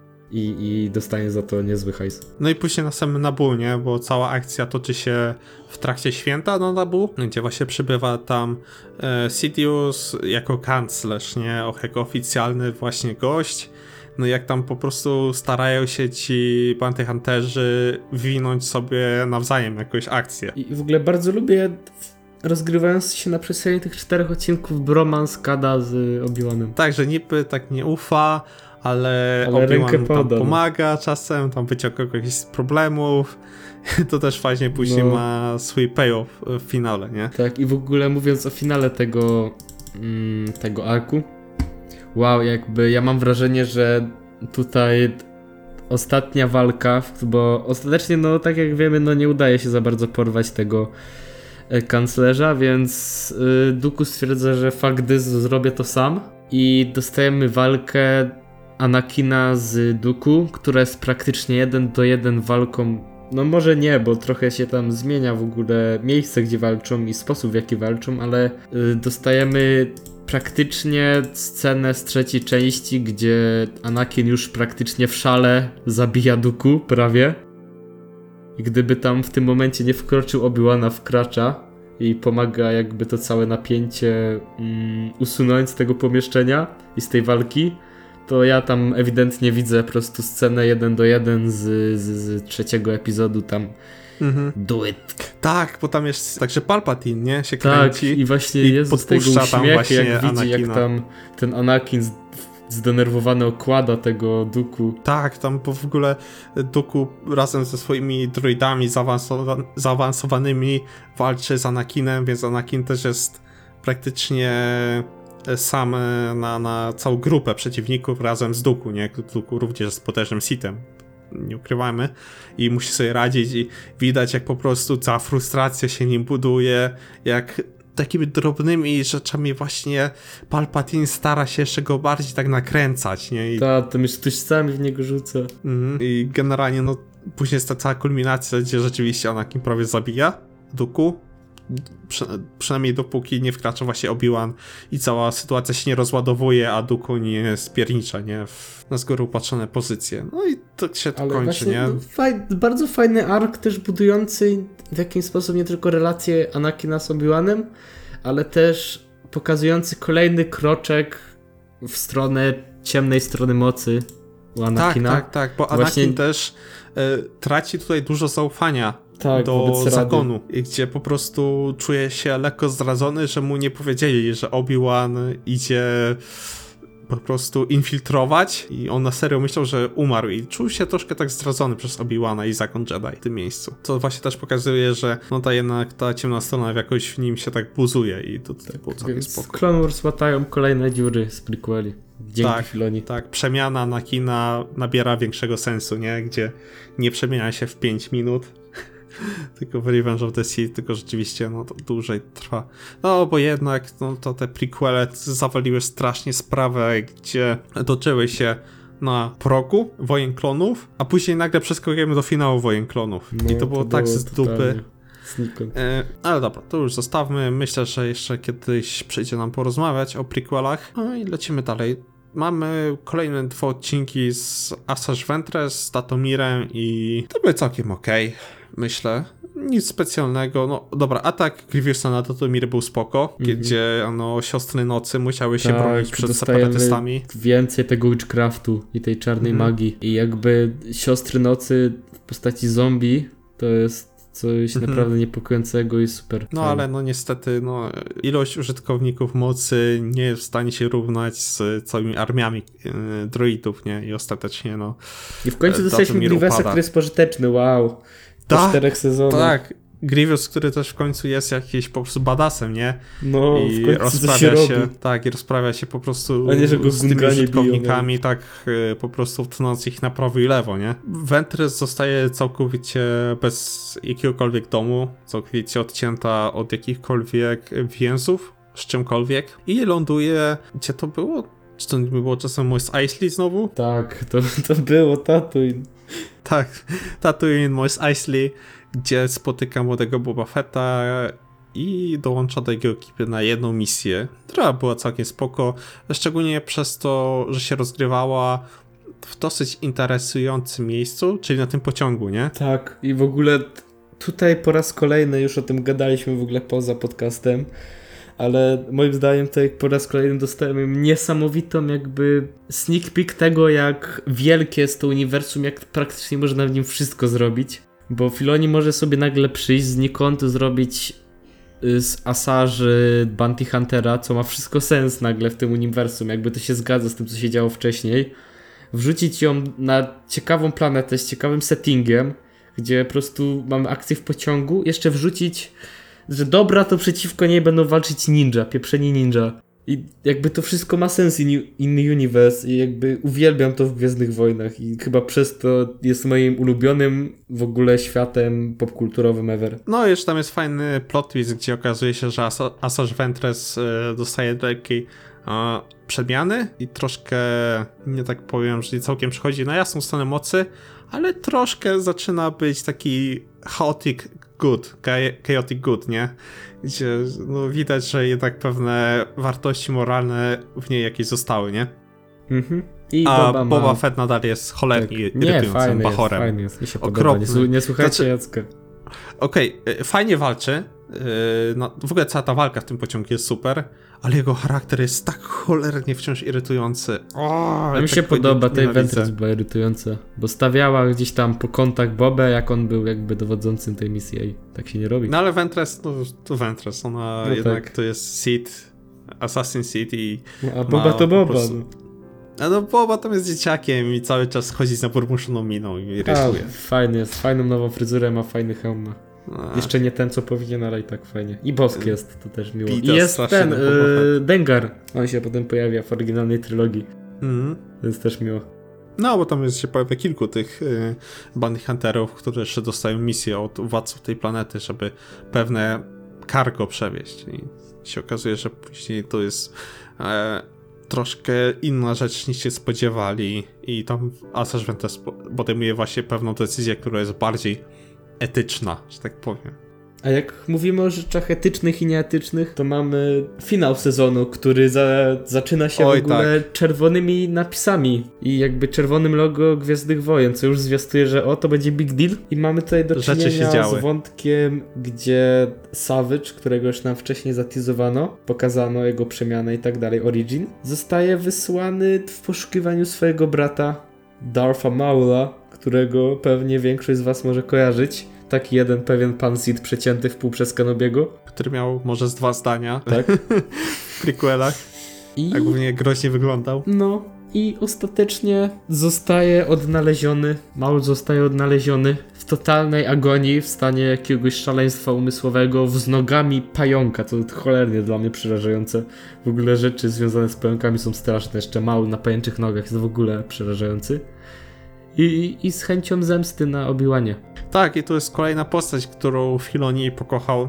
i dostanie za to niezły hajs. No i później na samym Naboo, nie? Bo cała akcja toczy się w trakcie święta na Naboo, gdzie właśnie przybywa tam Sidious jako kanclerz, nie? Jako oficjalny właśnie gość. No jak tam po prostu starają się ci bounty hunterzy winąć sobie nawzajem jakąś akcję. I w ogóle bardzo lubię rozgrywając się na przestrzeni tych 4 odcinków bromans Kada z Obi-Wanem. Tak, że niby tak nie ufa, ale Obi-Wan tam pomaga czasem, tam wyciąga jakichś problemów. To też fajnie później ma swój payoff w finale, nie? Tak, i w ogóle mówiąc o finale tego arku, wow, jakby ja mam wrażenie, że tutaj ostatnia walka, bo ostatecznie, no tak jak wiemy, no nie udaje się za bardzo porwać tego kanclerza, więc Dooku stwierdza, że fuck this, zrobię to sam i dostajemy walkę Anakina z Dooku, która jest praktycznie 1-1 walką. No może nie, bo trochę się tam zmienia w ogóle miejsce, gdzie walczą i sposób, w jaki walczą, ale dostajemy praktycznie scenę z 3. części, gdzie Anakin już praktycznie w szale zabija Dooku, prawie. I gdyby tam w tym momencie nie wkroczył Obi-Wana, wkracza i pomaga jakby to całe napięcie usunąć z tego pomieszczenia i z tej walki, to ja tam ewidentnie widzę po prostu scenę 1-1 z 3. epizodu tam. Do it. Tak, bo tam jest także Palpatine, nie? Się kręci. Tak, i właśnie Jezus z tego uśmiech, jak widzi, Anakina. Jak tam ten Anakin zdenerwowany okłada tego Dooku. Tak, tam bo w ogóle Dooku razem ze swoimi droidami zaawansowanymi walczy z Anakinem, więc Anakin też jest praktycznie sam na całą grupę przeciwników razem z Dooku, nie? Dooku również jest potężnym Sithem, nie ukrywajmy, i musi sobie radzić i widać, jak po prostu cała frustracja się nim buduje, jak takimi drobnymi rzeczami właśnie Palpatine stara się jeszcze go bardziej tak nakręcać, nie? Tak, tam już ktoś sami w niego rzuca. I generalnie no później jest ta cała kulminacja, gdzie rzeczywiście Anakin prawie zabija Dooku. Przynajmniej dopóki nie wkracza właśnie Obi-Wan i cała sytuacja się nie rozładowuje, a Dooku nie spiernicza, nie? Na z góry upatrzone pozycje. No i to się to kończy, właśnie, nie? No, bardzo fajny ark też budujący w jakiś sposób nie tylko relacje Anakina z Obi-Wanem, ale też pokazujący kolejny kroczek w stronę ciemnej strony mocy u Anakina. Tak, bo Anakin też traci tutaj dużo zaufania do zakonu, gdzie po prostu czuje się lekko zdradzony, że mu nie powiedzieli, że Obi-Wan idzie po prostu infiltrować i on na serio myślał, że umarł i czuł się troszkę tak zdradzony przez Obi-Wana i zakon Jedi w tym miejscu. To właśnie też pokazuje, że no ta ciemna strona jakoś w nim się tak buzuje i to było całkiem spoko. Clone Wars łatają kolejne dziury z prequeli. Dzięki Filoni. Tak, przemiana na kina nabiera większego sensu, nie? Gdzie nie przemienia się w 5 minut, tylko w Revenge of the Sith, tylko rzeczywiście no, to dłużej trwa. No, bo jednak no, to te prequele zawaliły strasznie sprawę, gdzie toczyły się na progu Wojen Klonów, a później nagle przeskakujemy do finału Wojen Klonów. No, I to było tak z dupy. Znikąd. Ale dobra, to już zostawmy. Myślę, że jeszcze kiedyś przyjdzie nam porozmawiać o prequelach. No i lecimy dalej. Mamy kolejne 2 odcinki z Asajj Ventress, z Datomirem i to były całkiem okej, myślę. Nic specjalnego. No dobra, atak Grievousa na Datomir był spoko, gdzie no, siostry nocy musiały się bronić przed separatystami. Więcej tego witchcraftu i tej czarnej magii. I jakby siostry nocy w postaci zombie to jest coś naprawdę niepokojącego i super. No ale no niestety no, ilość użytkowników mocy nie jest w stanie się równać z całymi armiami droidów, nie? I ostatecznie no... I w końcu dostaliśmy Grievousa, który jest pożyteczny, wow. Po 4 sezonach. Tak, Grievous, który też w końcu jest jakiś po prostu badassem, nie? No, i w końcu rozprawia się się, robi. tak, i rozprawia się po prostu a nie, że go z tymi Gunganie użytkownikami, biją, tak po prostu tnąc ich na prawo i lewo, nie? Ventress zostaje całkowicie bez jakiegokolwiek domu, całkowicie odcięta od jakichkolwiek więzów z czymkolwiek i ląduje, gdzie to było? Czy to nie było czasem Mos Eisley znowu? Tak, to było Tatooine. Tak, Tatooine, Mos Eisley, gdzie spotyka młodego Boba Fetta i dołącza do jego ekipy na jedną misję, która była całkiem spoko, szczególnie przez to, że się rozgrywała w dosyć interesującym miejscu, czyli na tym pociągu, nie? Tak, i w ogóle tutaj po raz kolejny już o tym gadaliśmy w ogóle poza podcastem, ale moim zdaniem tutaj po raz kolejny dostałem niesamowitą jakby sneak peek tego, jak wielkie jest to uniwersum, jak praktycznie można w nim wszystko zrobić. Bo Filoni może sobie nagle przyjść znikąd, zrobić z Asajj Bounty Huntera, co ma wszystko sens nagle w tym uniwersum, jakby to się zgadza z tym, co się działo wcześniej. Wrzucić ją na ciekawą planetę z ciekawym settingiem, gdzie po prostu mamy akcję w pociągu, jeszcze wrzucić, że dobra, to przeciwko niej będą walczyć ninja, pieprzeni ninja. I jakby to wszystko ma sens inny universe i jakby uwielbiam to w Gwiezdnych Wojnach i chyba przez to jest moim ulubionym w ogóle światem popkulturowym ever. No jeszcze tam jest fajny plot twist, gdzie okazuje się, że Asajj Ventress dostaje takiej przemiany i troszkę, nie tak powiem, że nie całkiem przechodzi na jasną stronę mocy, ale troszkę zaczyna być taki chaotic good, nie? Gdzie no, widać, że jednak pewne wartości moralne w niej jakieś zostały, nie? I a Boba Fett nadal jest cholernie irytującym bachorem. Fajny jest, mi się podoba. Nie słuchajcie Jacka. Okej, fajnie walczy. W ogóle cała ta walka w tym pociągu jest super, ale jego charakter jest tak cholernie wciąż irytujący. A mi się podoba, tej Ventress była irytująca, bo stawiała gdzieś tam po kątach Bobę, jak on był jakby dowodzącym tej misji i tak się nie robi. No ale Ventress, no to Ventress, ona no jednak tak. To jest Sith, Assassin Sith i... A Boba to Boba. Prostu... No Boba tam jest dzieciakiem i cały czas chodzi z naburmuszoną miną i rysuje. Fajny jest, fajną nową fryzurę ma, fajny hełm ma. Jeszcze nie ten, co powinien, ale i tak fajnie. I bosk jest, to też miło. I jest ten, Dengar. On się potem pojawia w oryginalnej trylogii. Więc też miło. No, bo tam się pojawia kilku tych bounty hunterów, którzy jeszcze dostają misję od władców tej planety, żeby pewne cargo przewieźć. I się okazuje, że później to jest troszkę inna rzecz niż się spodziewali i tam Asajj Ventress podejmuje właśnie pewną decyzję, która jest bardziej etyczna, że tak powiem. A jak mówimy o rzeczach etycznych i nieetycznych, to mamy finał sezonu, który zaczyna się w ogóle czerwonymi napisami i jakby czerwonym logo Gwiezdnych Wojen, co już zwiastuje, że to będzie big deal. I mamy tutaj do czynienia z wątkiem, gdzie Savage, którego już nam wcześniej zatizowano, pokazano jego przemianę i tak dalej, origin, zostaje wysłany w poszukiwaniu swojego brata Dartha Maula, którego pewnie większość z was może kojarzyć. Taki jeden pewien pan Sith przecięty w pół przez Kenobiego. Który miał może z 2 zdania tak? w prequelach. I... Tak głównie groźnie wyglądał. No i ostatecznie Maul zostaje odnaleziony w totalnej agonii, w stanie jakiegoś szaleństwa umysłowego, z nogami pająka, to cholernie dla mnie przerażające. W ogóle rzeczy związane z pająkami są straszne, jeszcze Maul na pajęczych nogach jest w ogóle przerażający. I z chęcią zemsty na Obi-Wanie. Tak, i to jest kolejna postać, którą Filoni pokochał,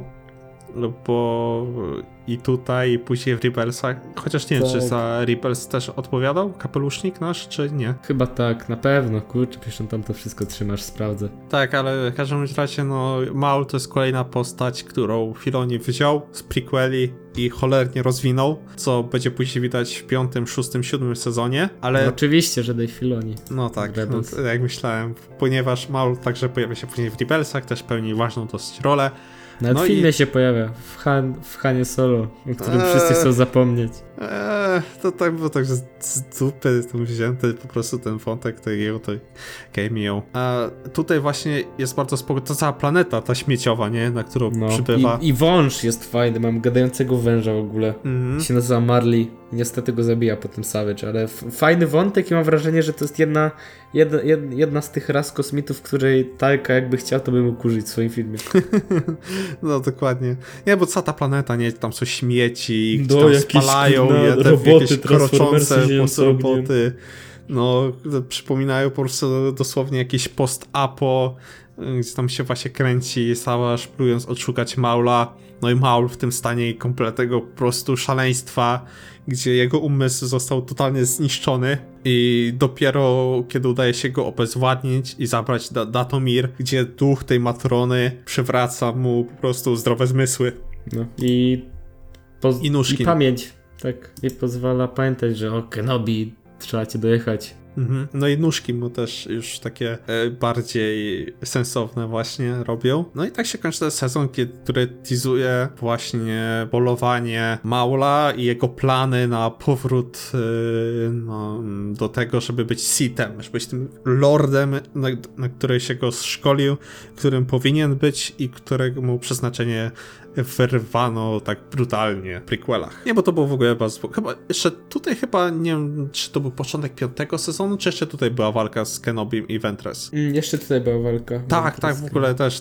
bo i tutaj, i później w Rebelsach, chociaż nie wiem, czy za Rebels też odpowiadał kapelusznik nasz, czy nie? Chyba tak, na pewno, kurczę, przecież on tam to wszystko trzymasz, sprawdzę. Tak, ale w każdym razie, no, Maul to jest kolejna postać, którą Filoni wziął z prequeli i cholernie rozwinął, co będzie później widać w 5., 6., 7. sezonie, ale... No, oczywiście, że Dave Filoni. No tak, no, jak myślałem, ponieważ Maul także pojawia się później w Rebelsach, też pełni ważną dosyć rolę. Nawet w filmie się pojawia, w Hanie Solo, o którym wszyscy chcą zapomnieć. To tak było tak, że z dupy tam wzięty po prostu ten wątek takiego cameo. A tutaj właśnie jest bardzo spoko, to cała planeta ta śmieciowa, nie? Na którą przybywa. I wąż jest fajny, mam gadającego węża w ogóle. Się nazywa Marley. Niestety go zabija potem Savage, ale fajny wątek i mam wrażenie, że to jest jedna z tych ras kosmitów, której Taika jakby chciał, to by mógł użyć w swoim filmie. No dokładnie. Nie, bo cała ta planeta, nie? Tam są śmieci, gdzie tam spalają te roboty, kroczące po prostu roboty. No, przypominają po prostu dosłownie jakieś post-apo, gdzie tam się właśnie kręci Savage, próbując odszukać Maula. No i Maul w tym stanie kompletnego po prostu szaleństwa, gdzie jego umysł został totalnie zniszczony i dopiero kiedy udaje się go obezwładnić i zabrać Datomir, gdzie duch tej matrony przywraca mu po prostu zdrowe zmysły. No i nóżki. I pamięć, tak, i pozwala pamiętać, że Kenobi, trzeba cię dojechać. No i nóżki mu też już takie bardziej sensowne właśnie robią. No i tak się kończy ten sezon, który teasuje właśnie polowanie Maula i jego plany na powrót do tego, żeby być Sithem, żeby być tym lordem, na który się go szkolił, którym powinien być i którego mu przeznaczenie wyrwano tak brutalnie w prequelach. Nie, bo to było w ogóle bardzo... Chyba nie wiem, czy to był początek 5. sezonu, czy jeszcze tutaj była walka z Kenobim i Ventress? Jeszcze tutaj była walka. Tak, w ogóle też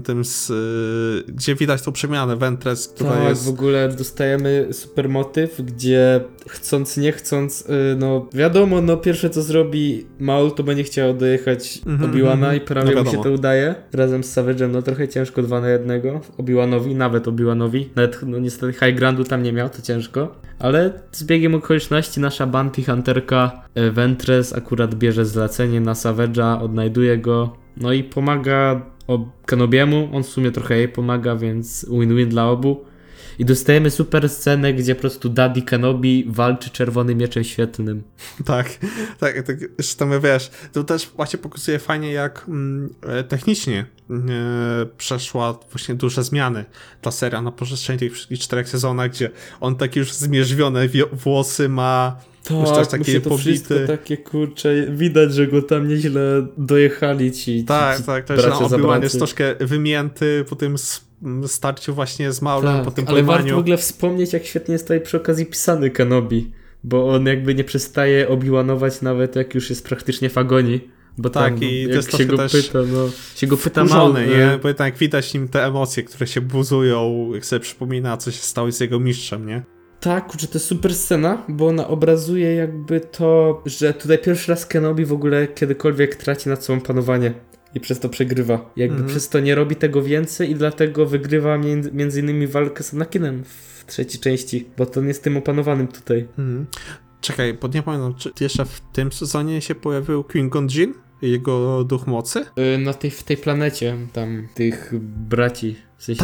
gdzie widać tą przemianę Ventress, która jest... w ogóle dostajemy super motyw, gdzie chcąc nie chcąc, no wiadomo, no pierwsze co zrobi Maul, to będzie chciał dojechać Obi-Wana i prawie mu się to udaje. Razem z Savage'em, no trochę ciężko 2 na 1 Obi-Wanowi, nawet no niestety High Groundu tam nie miał, to ciężko. Ale z biegiem okoliczności nasza bounty hunterka Ventress akurat bierze zlecenie na Savage'a, odnajduje go, no i pomaga Kenobiemu, on w sumie trochę jej pomaga, więc win-win dla obu. I dostajemy super scenę, gdzie po prostu Daddy Kenobi walczy czerwonym mieczem świetlnym. Tak, jeszcze tam wiesz, to też właśnie pokazuje fajnie, jak technicznie przeszła właśnie duże zmiany ta seria na przestrzeni tych wszystkich 4 sezonach, gdzie on takie już zmierzwione włosy ma, już też takie to wszystko takie kurcze, widać, że go tam nieźle dojechali ci tak, że na Obi-Wan jest troszkę wymięty po tym starciu właśnie z Maulem, po tym pojmaniu. Ale warto w ogóle wspomnieć, jak świetnie jest tutaj przy okazji pisany Kenobi, bo on jakby nie przestaje Obi-Wanować nawet jak już jest praktycznie w agonii. Bo tak, tam, i jak się go pyta, Maul, nie? Bo tak widać nim te emocje, które się buzują, jak sobie przypomina, co się stało z jego mistrzem, nie? Tak, kurczę, to jest super scena, bo ona obrazuje jakby to, że tutaj pierwszy raz Kenobi w ogóle kiedykolwiek traci nad sobą panowanie i przez to przegrywa. Jakby przez to nie robi tego więcej i dlatego wygrywa między innymi walkę z Anakinem w 3. części, bo to nie jest tym opanowanym tutaj. Czekaj, bo nie pamiętam, czy jeszcze w tym sezonie się pojawił Qui-Gon Jinn? Jego duch mocy? W tej planecie, tam, tych braci. W sensie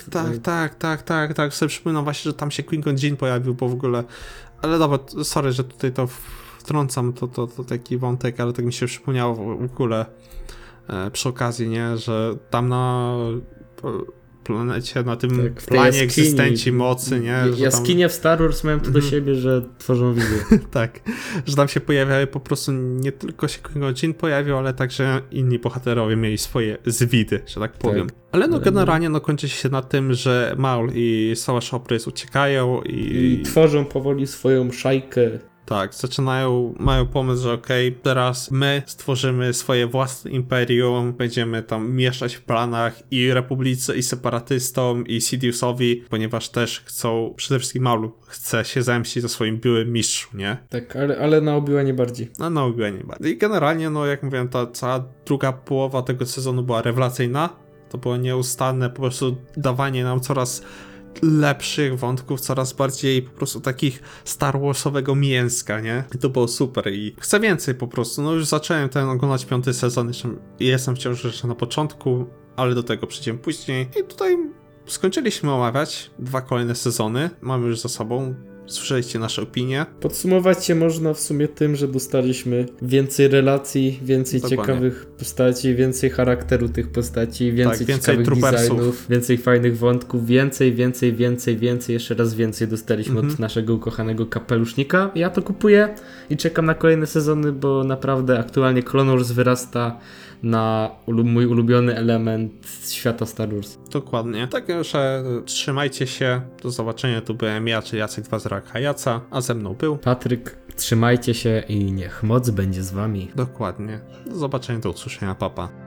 tak. Sobie przypominam właśnie, że tam się Qui-Gon Jinn pojawił, bo w ogóle... Ale dobra, sorry, że tutaj to wtrącam, to taki wątek, ale tak mi się przypomniało w ogóle przy okazji, nie? Że tam planecie, na tym Tak, w tej planie jaskini. egzystencji mocy, nie? Że tam, Jaskinie w Star Wars mają to do siebie, że tworzą wizję. tak, że tam się pojawiały po prostu nie tylko się Qui-Gon pojawił, ale także inni bohaterowie mieli swoje zwidy, że tak powiem. Ale no generalnie no kończy się na tym, że Maul i Soła Shoprys uciekają I tworzą powoli swoją szajkę. tak, mają pomysł, że okej, teraz my stworzymy swoje własne imperium, będziemy tam mieszać w planach i Republice, i separatystom, i Sidious'owi, ponieważ też chcą, przede wszystkim Maul chce się zemścić za swoim byłym mistrzu, nie? Tak, ale na Obi-Wanie bardziej. No, na Obi-Wanie bardziej. I generalnie, no jak mówiłem, ta cała druga połowa tego sezonu była rewelacyjna. To było nieustanne po prostu dawanie nam coraz lepszych wątków, coraz bardziej po prostu takich Star Warsowego mięska, nie? I to było super i chcę więcej po prostu. No już zacząłem oglądać 5. sezon, jestem wciąż jeszcze na początku, ale do tego przejdziemy później. I tutaj skończyliśmy omawiać 2 kolejne sezony, mamy już za sobą. Słyszeliście nasze opinie. Podsumować się można w sumie tym, że dostaliśmy więcej relacji, więcej Dokładnie. ciekawych postaci, więcej charakteru tych postaci, więcej więcej ciekawych troopersów. designów, więcej fajnych wątków, więcej, jeszcze raz więcej dostaliśmy od naszego ukochanego kapelusznika. Ja to kupuję i czekam na kolejne sezony, bo naprawdę aktualnie Clone Wars wyrasta na mój ulubiony element świata Star Wars. Dokładnie. Także trzymajcie się. Do zobaczenia. Tu byłem ja, czyli Jacek Wazrak Hajaca, a ze mną był Patryk, trzymajcie się i niech moc będzie z wami. dokładnie. Do zobaczenia, do usłyszenia, papa.